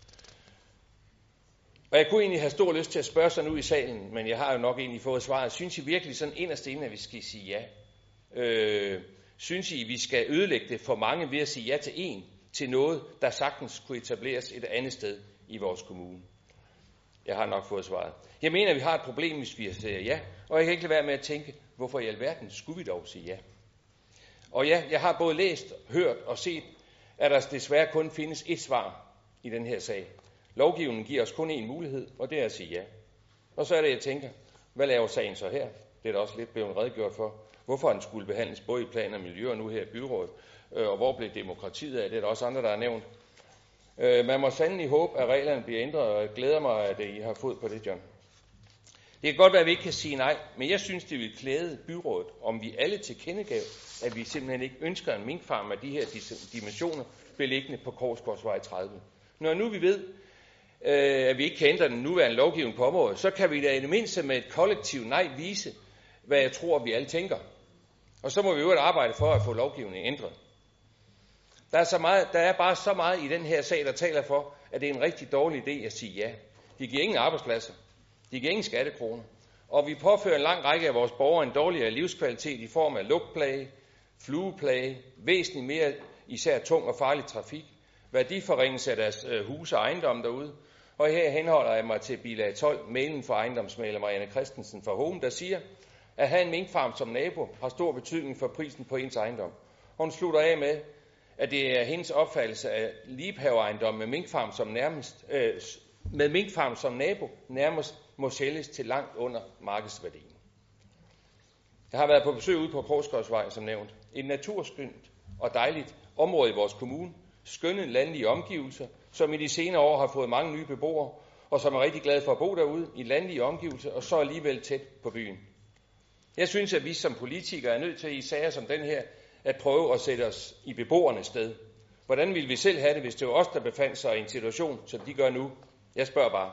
Og jeg kunne egentlig have stor lyst til at spørge sig nu i salen, men jeg har jo nok egentlig fået svaret. Synes I virkelig sådan inderst inde, at vi skal sige ja? Øh, synes I, at vi skal ødelægge det for mange ved at sige ja til en, til noget, der sagtens kunne etableres et andet sted i vores kommune? Jeg har nok fået svaret. Jeg mener, at vi har et problem, hvis vi siger ja, og jeg kan ikke lade være med at tænke, hvorfor i alverden skulle vi dog sige ja? Og ja, jeg har både læst, hørt og set, at der desværre kun findes ét svar i den her sag. Lovgivningen giver os kun én mulighed, og det er at sige ja. Og så er det, jeg tænker, hvad laver sagen så her? Det er der også lidt blevet redegjort for. Hvorfor den skulle behandles både i plan og miljø og nu her i byrådet, og hvor blev demokratiet af? Det er der også andre, der har nævnt. Man må sandelig håbe, at reglerne bliver ændret, og jeg glæder mig, at I har fod på det, John. Det kan godt være, at vi ikke kan sige nej, men jeg synes, det vil klæde byrådet, om vi alle tilkendegav, at vi simpelthen ikke ønsker en minkfarm af de her dimensioner beliggende på Krogsgårdsvej tredive. Når nu vi ved, at vi ikke kan ændre den nuværende lovgivning på området, så kan vi da i det mindste med et kollektivt nej vise, hvad jeg tror, vi alle tænker. Og så må vi jo arbejde for at få lovgivningen ændret. Der er, så meget, der er bare så meget i den her sag, der taler for, at det er en rigtig dårlig idé at sige ja. De giver ingen arbejdspladser. De giver ingen skattekroner. Og vi påfører en lang række af vores borgere en dårligere livskvalitet i form af lugtplage, flueplage, væsentligt mere især tung og farlig trafik, værdiforringelse af deres øh, huse og ejendomme derude. Og her henholder jeg mig til bilag tolv, mailen fra ejendomsmægler Marianne Christensen fra Home, der siger, at have en minkfarm som nabo har stor betydning for prisen på ens ejendom. Hun slutter af med, at det er hendes opfattelse af liebhaverejendom med minkfarm som nærmest øh, med minkfarm som nabo nærmest må sælges til langt under markedsværdien. Jeg har været på besøg ude på Krogsgårdsvej, som nævnt. Et naturskønt og dejligt område i vores kommune, skønne landlige omgivelser, som i de senere år har fået mange nye beboere, og som er rigtig glade for at bo derude i landlige omgivelser, og så alligevel tæt på byen. Jeg synes, at vi som politikere er nødt til i sager som den her, at prøve at sætte os i beboernes sted. Hvordan ville vi selv have det, hvis det var os, der befandt sig i en situation, som de gør nu? Jeg spørger bare.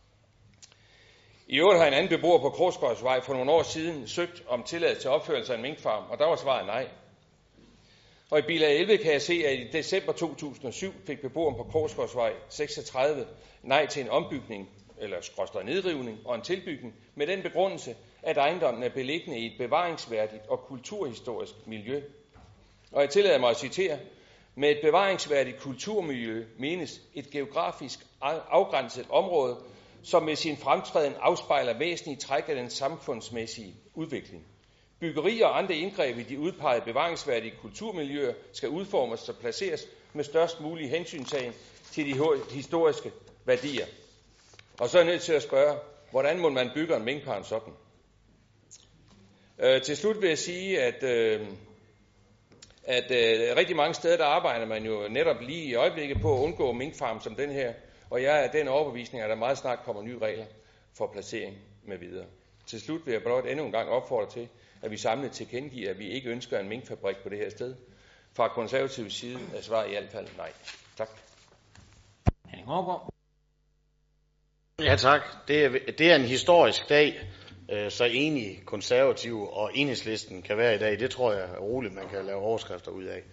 I øvrigt har en anden beboer på Krogsgårdsvej for nogle år siden søgt om tilladelse til opførelse af en minkfarm, og der var svaret nej. Og i bilag elleve kan jeg se, at i december to tusind og syv fik beboeren på Krogsgårdsvej seksogtredive nej til en ombygning, eller skråstreg nedrivning og en tilbygning, med den begrundelse, at ejendommen er beliggende i et bevaringsværdigt og kulturhistorisk miljø. Og jeg tillader mig at citere, med et bevaringsværdigt kulturmiljø menes et geografisk afgrænset område, som med sin fremtræden afspejler væsentlige træk af den samfundsmæssige udvikling. Byggerier og andre indgreb i de udpegede bevaringsværdige kulturmiljøer skal udformes og placeres med størst mulig hensyntagen til de historiske værdier. Og så er jeg nødt til at spørge, hvordan må man bygge en minkfarm sådan? Øh, til slut vil jeg sige, at, øh, at øh, rigtig mange steder, der arbejder man jo netop lige i øjeblikket på at undgå minkfarm som den her, og jeg er den overbevisning, at der meget snart kommer nye regler for placering med videre. Til slut vil jeg blot endnu en gang opfordre til, at vi samlet tilkendegiver, at vi ikke ønsker en minkfabrik på det her sted. Fra konservativ side er svaret i hvert fald nej. Tak. Ja tak. Det er, det er en historisk dag, så enige konservative og Enhedslisten kan være i dag. Det tror jeg er roligt, man kan lave overskrifter ud af.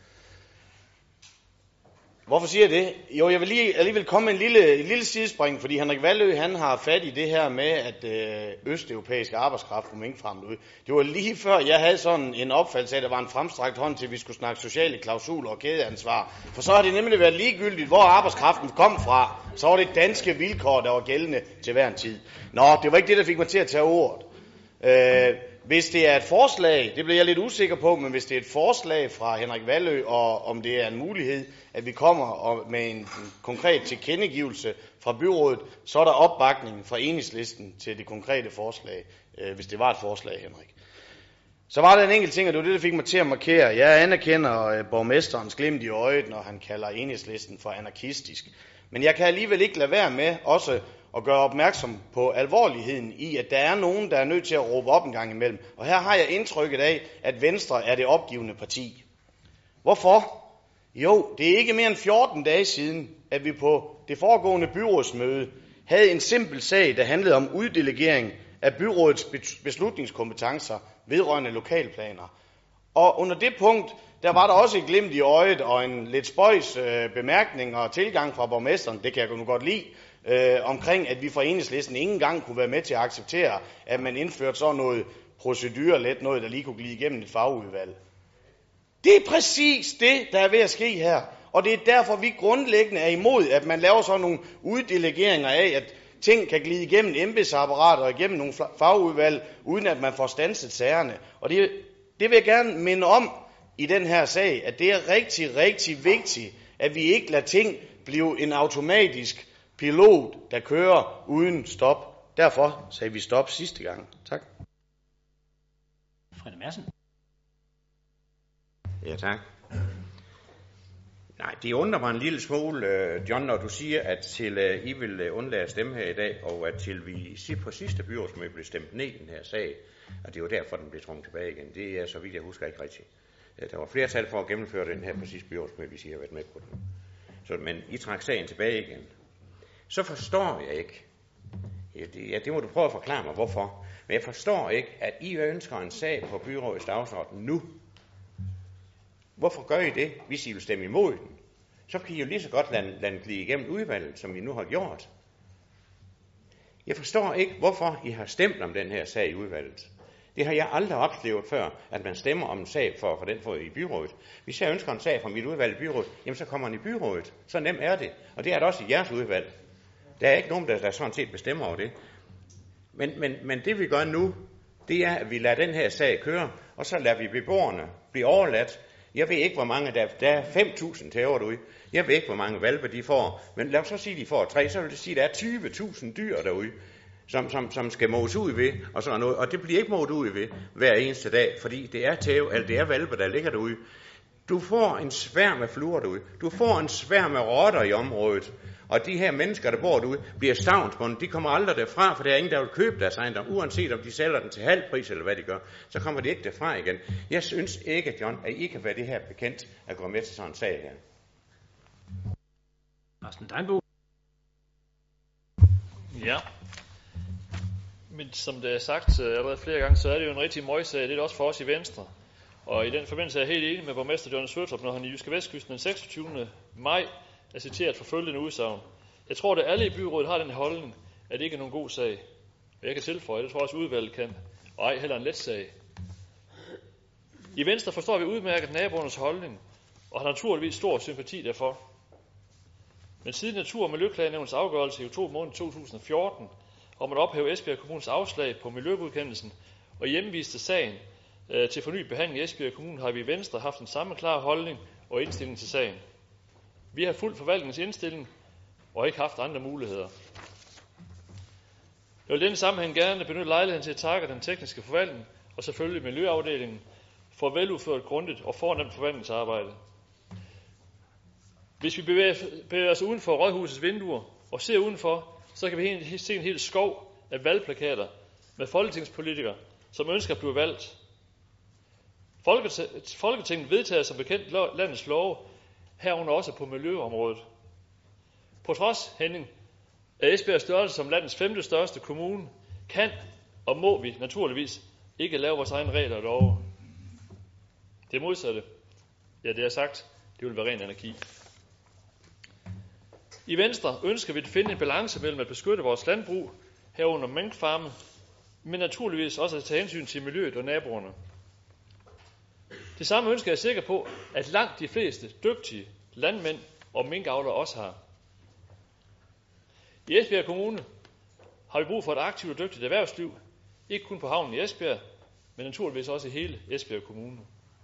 Hvorfor siger jeg det? Jo, jeg vil lige alligevel komme med en lille, en lille sidespring, fordi Henrik Vallø, han har fat i det her med, at øh, østeuropæisk arbejdskraft på minkfarmen ud. Det var lige før, jeg havde sådan en opfattelse af, at der var en fremstrakt hånd til, at vi skulle snakke sociale klausuler og kædeansvar. For så har det nemlig været ligegyldigt, hvor arbejdskraften kom fra. Så var det danske vilkår, der var gældende til hver en tid. Nå, det var ikke det, der fik mig til at tage ordet. Øh, Hvis det er et forslag, det bliver jeg lidt usikker på, men hvis det er et forslag fra Henrik Vallø, og om det er en mulighed, at vi kommer med en konkret tilkendegivelse fra byrådet, så er der opbakning fra Enhedslisten til det konkrete forslag, hvis det var et forslag, Henrik. Så var der en enkelt ting, og det var det, der fik mig til at markere. Jeg anerkender borgmesterens glimt i øjet, når han kalder Enhedslisten for anarkistisk. Men jeg kan alligevel ikke lade være med også og gøre opmærksom på alvorligheden i, at der er nogen, der er nødt til at råbe op en gang imellem. Og her har jeg indtrykket af, at Venstre er det opgivende parti. Hvorfor? Jo, det er ikke mere end fjorten dage siden, at vi på det foregående byrådsmøde havde en simpel sag, der handlede om uddelegering af byrådets beslutningskompetencer vedrørende lokalplaner. Og under det punkt, der var der også et glimt i øjet og en lidt spøjs øh, bemærkning og tilgang fra borgmesteren, det kan jeg nu godt lide, øh, omkring at vi fra Enhedslisten ikke engang kunne være med til at acceptere, at man indførte sådan noget procedurelet, noget der lige kunne glide igennem et fagudvalg. Det er præcis det, der er ved at ske her. Og det er derfor, vi grundlæggende er imod, at man laver sådan nogle uddelegeringer af, at ting kan glide igennem embedsapparater og igennem nogle fagudvalg, uden at man får standset sagerne. Og det, det vil jeg gerne minde om i den her sag, at det er rigtig, rigtig vigtigt, at vi ikke lader ting blive en automatisk pilot, der kører uden stop. Derfor sagde vi stop sidste gang. Tak. Frede Madsen. Ja, tak. Nej, det undrer mig en lille smule, John, når du siger, at til I vil undlade at stemme her i dag, og at til vi på sidste byrådsmøde blev stemt ned i den her sag, og det var derfor, den blev trukket tilbage igen. Det er, så vidt jeg husker, ikke rigtigt. Der var flertal for at gennemføre den her på sidste byrådsmøde, hvis I har været med på den. Så, men I trak sagen tilbage igen. Så forstår jeg ikke, ja det, ja, det må du prøve at forklare mig, hvorfor. Men jeg forstår ikke, at I ønsker en sag på byrådets dagsorden nu, Hvorfor gør I det, hvis I vil stemme imod den? Så kan I jo lige så godt lade, lade den glide igennem udvalget, som I nu har gjort. Jeg forstår ikke, hvorfor I har stemt om den her sag i udvalget. Det har jeg aldrig oplevet før, at man stemmer om en sag for, for den for i byrådet. Hvis jeg ønsker en sag fra mit udvalg i byrådet, jamen så kommer den i byrådet. Så nemt er det. Og det er det også i jeres udvalg. Der er ikke nogen, der, der sådan set bestemmer over det. Men, men, men det vi gør nu, det er, at vi lader den her sag køre, og så lader vi beboerne blive overladt. Jeg ved ikke, hvor mange der, der er fem tusind tæver derude. Jeg ved ikke, hvor mange valpe de får. Men lad os så sige, at de får tre, så vil det sige, at der er tyve tusind dyr derude, som, som, som skal mås ud ved, og sådan noget. Og det bliver ikke målt ud ved hver eneste dag, fordi det er tæv, eller det er valpe, der ligger derude. Du får en sværm af fluer derude. Du får en sværm af rotter i området. Og de her mennesker, der bor derude, bliver stavnsbundet. De kommer aldrig derfra, for der er ingen, der vil købe deres ejendom. Uanset om de sælger den til halv pris, eller hvad de gør, så kommer de ikke derfra igen. Jeg synes ikke, John, at I kan være det her bekendt at gå med til sådan en sag her. Carsten Deinbo. Ja. Men som det er sagt allerede flere gange, så er det jo en rigtig møjsag. Det er det også for os i Venstre. Og i den forbindelse er jeg helt enig med borgmester John Svøtrup, når han i Jyske Vestkysten den seksogtyvende maj er citeret for følgende udsagn. Jeg tror, at alle i byrådet har den holdning, at det ikke er nogen god sag. Og jeg kan tilføje, det tror jeg også udvalget kan. Og ej heller en let sag. I Venstre forstår vi udmærket naboernes holdning, og har naturligvis stor sympati derfor. Men siden Natur- og Miljøklagenævnets afgørelse i oktober måned to tusind og fjorten om at ophæve Esbjerg Kommunes afslag på miljøgodkendelsen og hjemviste sagen øh, til fornyet behandling i Esbjerg Kommune, har vi i Venstre haft den samme klare holdning og indstilling til sagen. Vi har fulgt forvaltningens indstilling og ikke haft andre muligheder. Jeg vil i denne sammenhæng gerne benytte lejligheden til at takke den tekniske forvaltning og selvfølgelig miljøafdelingen for veludført, grundigt og fornemt forvaltningsarbejde. Hvis vi bevæger, bevæger os uden for rådhusets vinduer og ser udenfor, så kan vi se en hel skov af valgplakater med folketingspolitikere, som ønsker at blive valgt. Folketinget vedtager som bekendt landets love, herunder også på miljøområdet. På trods, Henning, af Esbjergs størrelse som landets femte største kommune, kan og må vi naturligvis ikke lave vores egne regler og love. Det modsatte, ja det er sagt, det vil være ren anarki. I Venstre ønsker vi at finde en balance mellem at beskytte vores landbrug, herunder minkfarme, men naturligvis også at tage hensyn til miljøet og naboerne. Det samme ønsker jeg er sikker på, at langt de fleste dygtige landmænd og minkavlere også har. I Esbjerg Kommune har vi brug for et aktivt og dygtigt erhvervsliv, ikke kun på havnen i Esbjerg, men naturligvis også i hele Esbjerg Kommune.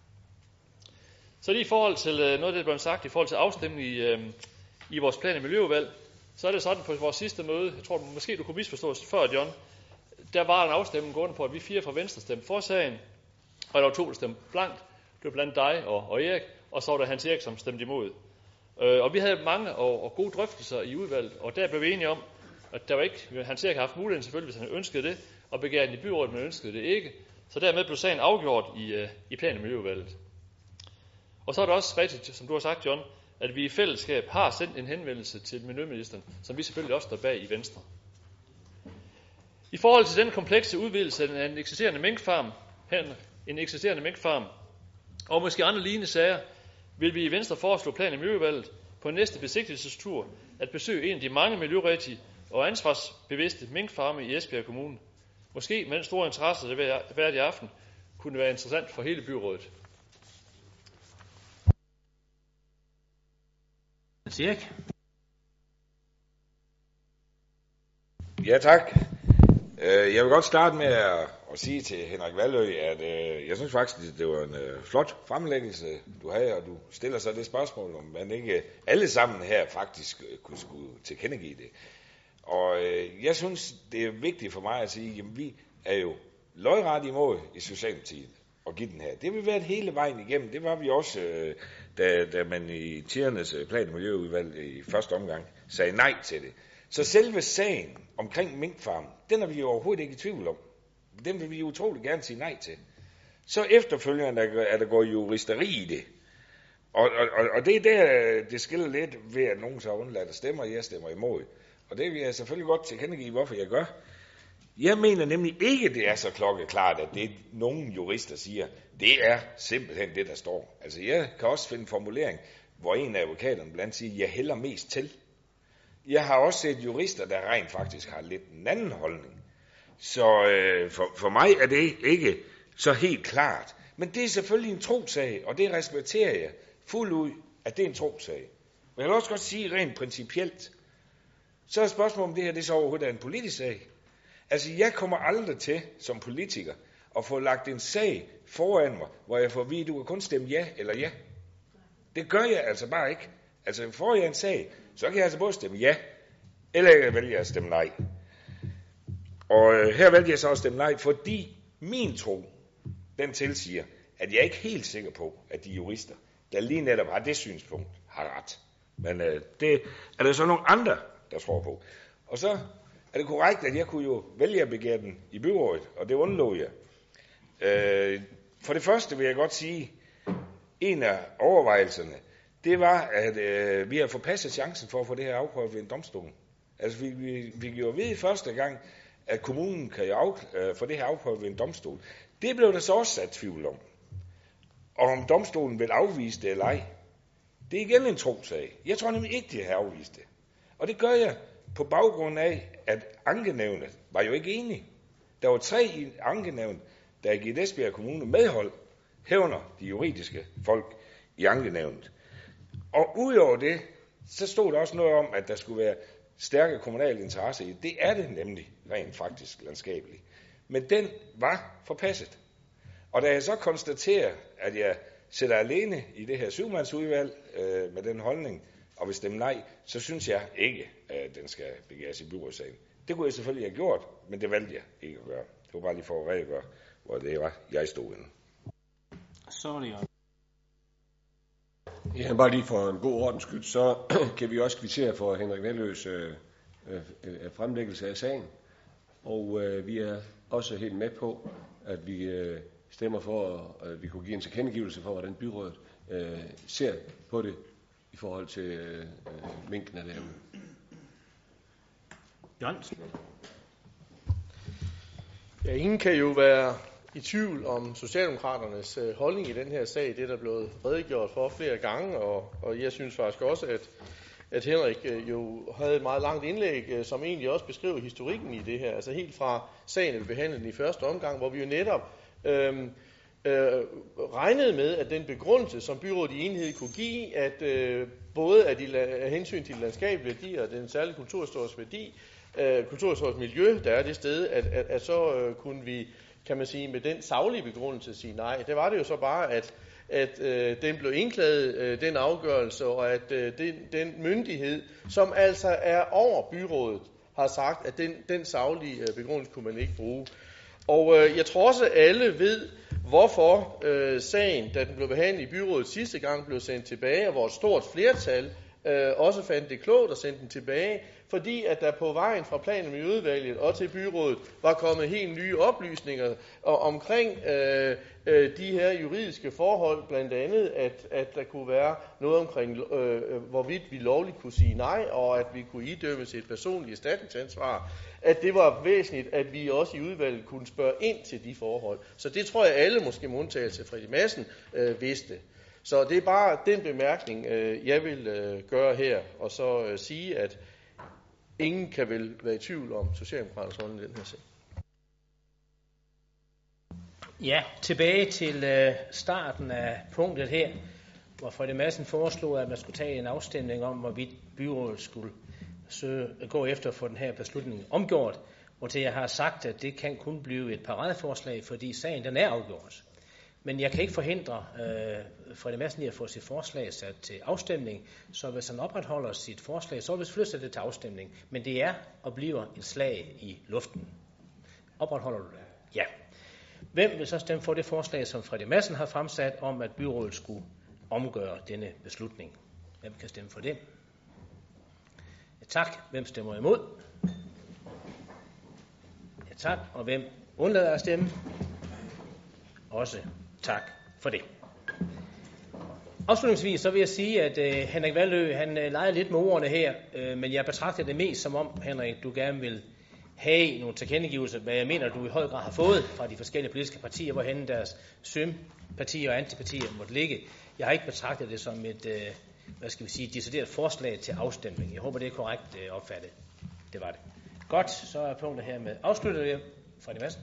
Så lige i forhold til noget af det, der blev sagt, i forhold til afstemning i, øh, i vores plan- og miljøudvalg, så er det sådan på vores sidste møde, jeg tror måske du kunne misforstå os før, John, der var en afstemning gående på, at vi fire fra Venstre stemte for sagen, og der var to, der stemte blankt. Det var blandt dig og, og Erik, og så var der Hans Erik, som stemte imod. Øh, og vi havde mange og, og gode drøftelser i udvalget, og der blev vi enige om, at der var ikke, Hans Erik har haft muligheden selvfølgelig, hvis han ønskede det, og begære den i byrådet, men ønskede det ikke. Så dermed blev sagen afgjort i, uh, i plan- og miljøudvalget. Og så er det også rigtigt, som du har sagt, John, at vi i fællesskab har sendt en henvendelse til miljøministeren, som vi selvfølgelig også står bag i Venstre. I forhold til den komplekse udvidelse af en eksisterende minkfarm, en eksisterende minkfarm, og måske andre lignende sager, vil vi i Venstre foreslå plan- og miljøudvalget på næste besigtigelsestur at besøge en af de mange miljørigtige og ansvarsbevidste minkfarme i Esbjerg Kommune. Måske med den store interesse, der vil være i aften, kunne det være interessant for hele byrådet. Erik. Ja, tak. Jeg vil godt starte med at, at sige til Henrik Vallø, at øh, jeg synes faktisk, at det var en øh, flot fremlæggelse, du havde, og du stiller så det spørgsmål, om man ikke alle sammen her faktisk øh, kunne skulle tilkendegive det. Og øh, jeg synes, det er vigtigt for mig at sige, at vi er jo lodret imod i Socialdemokratiet at give den her. Det vil være hele vejen igennem. Det var vi også, øh, da, da man i Tiernes plan- og miljøudvalg i første omgang sagde nej til det. Så selve sagen omkring minkfarm, den er vi jo overhovedet ikke i tvivl om. Den vil vi jo utrolig gerne sige nej til. Så efterfølgende er der går juristeri i det. Og, og, og det er der, det skiller lidt ved, at nogen så undlader at stemme, og jeg stemmer imod. Og det vil jeg selvfølgelig godt tilkendegive, hvorfor jeg gør. Jeg mener nemlig ikke, det er så klokkeklart, at det nogle jurister siger, det er simpelthen det, der står. Altså jeg kan også finde en formulering, hvor en af advokaterne blandt siger, jeg hælder mest til. Jeg har også set jurister, der rent faktisk har lidt en anden holdning. Så øh, for, for mig er det ikke så helt klart. Men det er selvfølgelig en trosag, og det respekterer jeg fuldt ud, at det er en trosag. Men jeg vil også godt sige rent principielt, så er spørgsmålet om det her, det så overhovedet er en politisk sag. Altså jeg kommer aldrig til som politiker at få lagt en sag foran mig, hvor jeg får at vide, du kan kun stemme ja eller ja. Det gør jeg altså bare ikke. Altså får jeg en sag, så kan jeg altså både stemme ja, eller jeg vælger at stemme nej. Og øh, her vælger jeg så at stemme nej, fordi min tro, den tilsiger, at jeg er ikke helt sikker på, at de jurister, der lige netop har det synspunkt, har ret. Men øh, det er der så nogle andre, der tror på. Og så er det korrekt, at jeg kunne jo vælge at begære den i byrådet, og det undlod jeg. Øh, for det første vil jeg godt sige, en af overvejelserne, det var, at øh, vi har forpasset chancen for at få det her afprøvet ved en domstol. Altså vi, vi, vi gjorde ved første gang, at kommunen kan jo af, øh, få det her afprøvet ved en domstol. Det blev der så også sat tvivl om. Og om domstolen vil afvise det eller ej. Det er igen en trosag. Jeg tror nemlig ikke, de har afvist det. Og det gør jeg på baggrund af, at ankenævnet var jo ikke enige. Der var tre i ankenævnet, der givet Esbjerg Kommune medhold, herunder de juridiske folk i ankenævnet. Og udover det, så stod der også noget om, at der skulle være stærke kommunale interesser i. Det er det nemlig rent faktisk landskabeligt. Men den var forpasset. Og da jeg så konstaterer, at jeg sætter alene i det her syvmandsudvalg øh, med den holdning, og vil stemme nej, så synes jeg ikke, at den skal begæres i byrådssagen. Det kunne jeg selvfølgelig have gjort, men det valgte jeg ikke at gøre. Det var bare lige for at redegøre, hvor det var, jeg stod inde. Så er det jo. Ja, bare lige for en god ordens skyld, så kan vi også kvittere for Henrik Velløs øh, øh, fremlæggelse af sagen. Og øh, vi er også helt med på, at vi øh, stemmer for, at vi kunne give en tilkendegivelse for, hvordan byrådet øh, ser på det i forhold til øh, mængden af det. Jørgensen. Ja, ingen kan jo være i tvivl om Socialdemokraternes øh, holdning i den her sag. Det er der blevet redegjort for flere gange, og, og jeg synes faktisk også, at, at Henrik øh, jo havde et meget langt indlæg, øh, som egentlig også beskriver historikken i det her. Altså helt fra sagen, vi behandlede i første omgang, hvor vi jo netop øh, øh, regnede med, at den begrundelse, som byrådet i enhed kunne give, at øh, både af, de, af hensyn til de landskabelige værdier og den særlige kulturhistoriske værdi, øh, kulturhistorisk miljø, der er det sted, at, at, at så øh, kunne vi, kan man sige, med den saglige begrundelse sige nej. Det var det jo så bare, at, at øh, den blev indklaget, øh, den afgørelse, og at øh, den, den myndighed, som altså er over byrådet, har sagt, at den, den saglige øh, begrundelse kunne man ikke bruge. Og øh, jeg tror også, at alle ved, hvorfor øh, sagen, da den blev behandlet i byrådet sidste gang, blev sendt tilbage, og hvor et stort flertal øh, også fandt det klogt at sende den tilbage, fordi at der på vejen fra plan- og miljøudvalget og til byrådet var kommet helt nye oplysninger og omkring øh, øh, de her juridiske forhold, blandt andet at, at der kunne være noget omkring, øh, hvorvidt vi lovligt kunne sige nej, og at vi kunne idømmes et personligt erstatningsansvar, at det var væsentligt, at vi også i udvalget kunne spørge ind til de forhold. Så det tror jeg alle, måske med undtagelse af Freddy Madsen, øh, vidste. Så det er bare den bemærkning, øh, jeg vil øh, gøre her, og så øh, sige, at ingen kan vel være i tvivl om Socialdemokraternes holdning i den her sag. Ja, tilbage til øh, starten af punktet her, hvor Freddy Madsen foreslog, at man skulle tage en afstemning om, hvorvidt byrådet skulle søge, gå efter at få den her beslutning omgjort, og til jeg har sagt, at det kan kun blive et paradeforslag, fordi sagen den er afgjort. Men jeg kan ikke forhindre øh, Freddy Madsen i at få sit forslag sat til afstemning, så hvis han opretholder sit forslag, så vil vi selvfølgelig sætte det til afstemning. Men det er og bliver et slag i luften. Opretholder du det? Ja. Hvem vil så stemme for det forslag, som Freddy Madsen har fremsat, om at byrådet skulle omgøre denne beslutning? Hvem kan stemme for det? Ja, tak. Hvem stemmer imod? Ja, tak. Og hvem undlader at stemme? Også tak for det. Afslutningsvis så vil jeg sige, at øh, Henrik Vallø, han øh, leger lidt med ordene her, øh, men jeg betragter det mest som om, Henrik, du gerne vil have nogle tilkendegivelser, hvad jeg mener, du i høj grad har fået fra de forskellige politiske partier, hvorhen deres sympatier og antipatier måtte ligge. Jeg har ikke betragtet det som et, øh, hvad skal vi sige, decideret forslag til afstemning. Jeg håber, det er korrekt øh, opfattet. Det var det. Godt, så er punktet her med afsluttet. Freddy Madsen.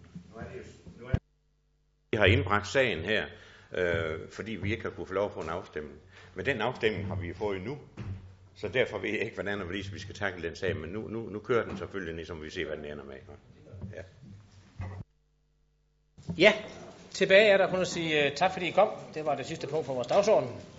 Vi har indbragt sagen her, øh, fordi vi ikke har kunne få lov på en afstemning. Men den afstemning har vi fået nu, så derfor ved jeg ikke, hvordan og vi skal takle den sag, men nu, nu, nu kører den selvfølgelig, som vi ser, hvad den ender med. Ja, ja tilbage er der kun at sige uh, tak, fordi I kom. Det var det sidste punkt på vores dagsorden.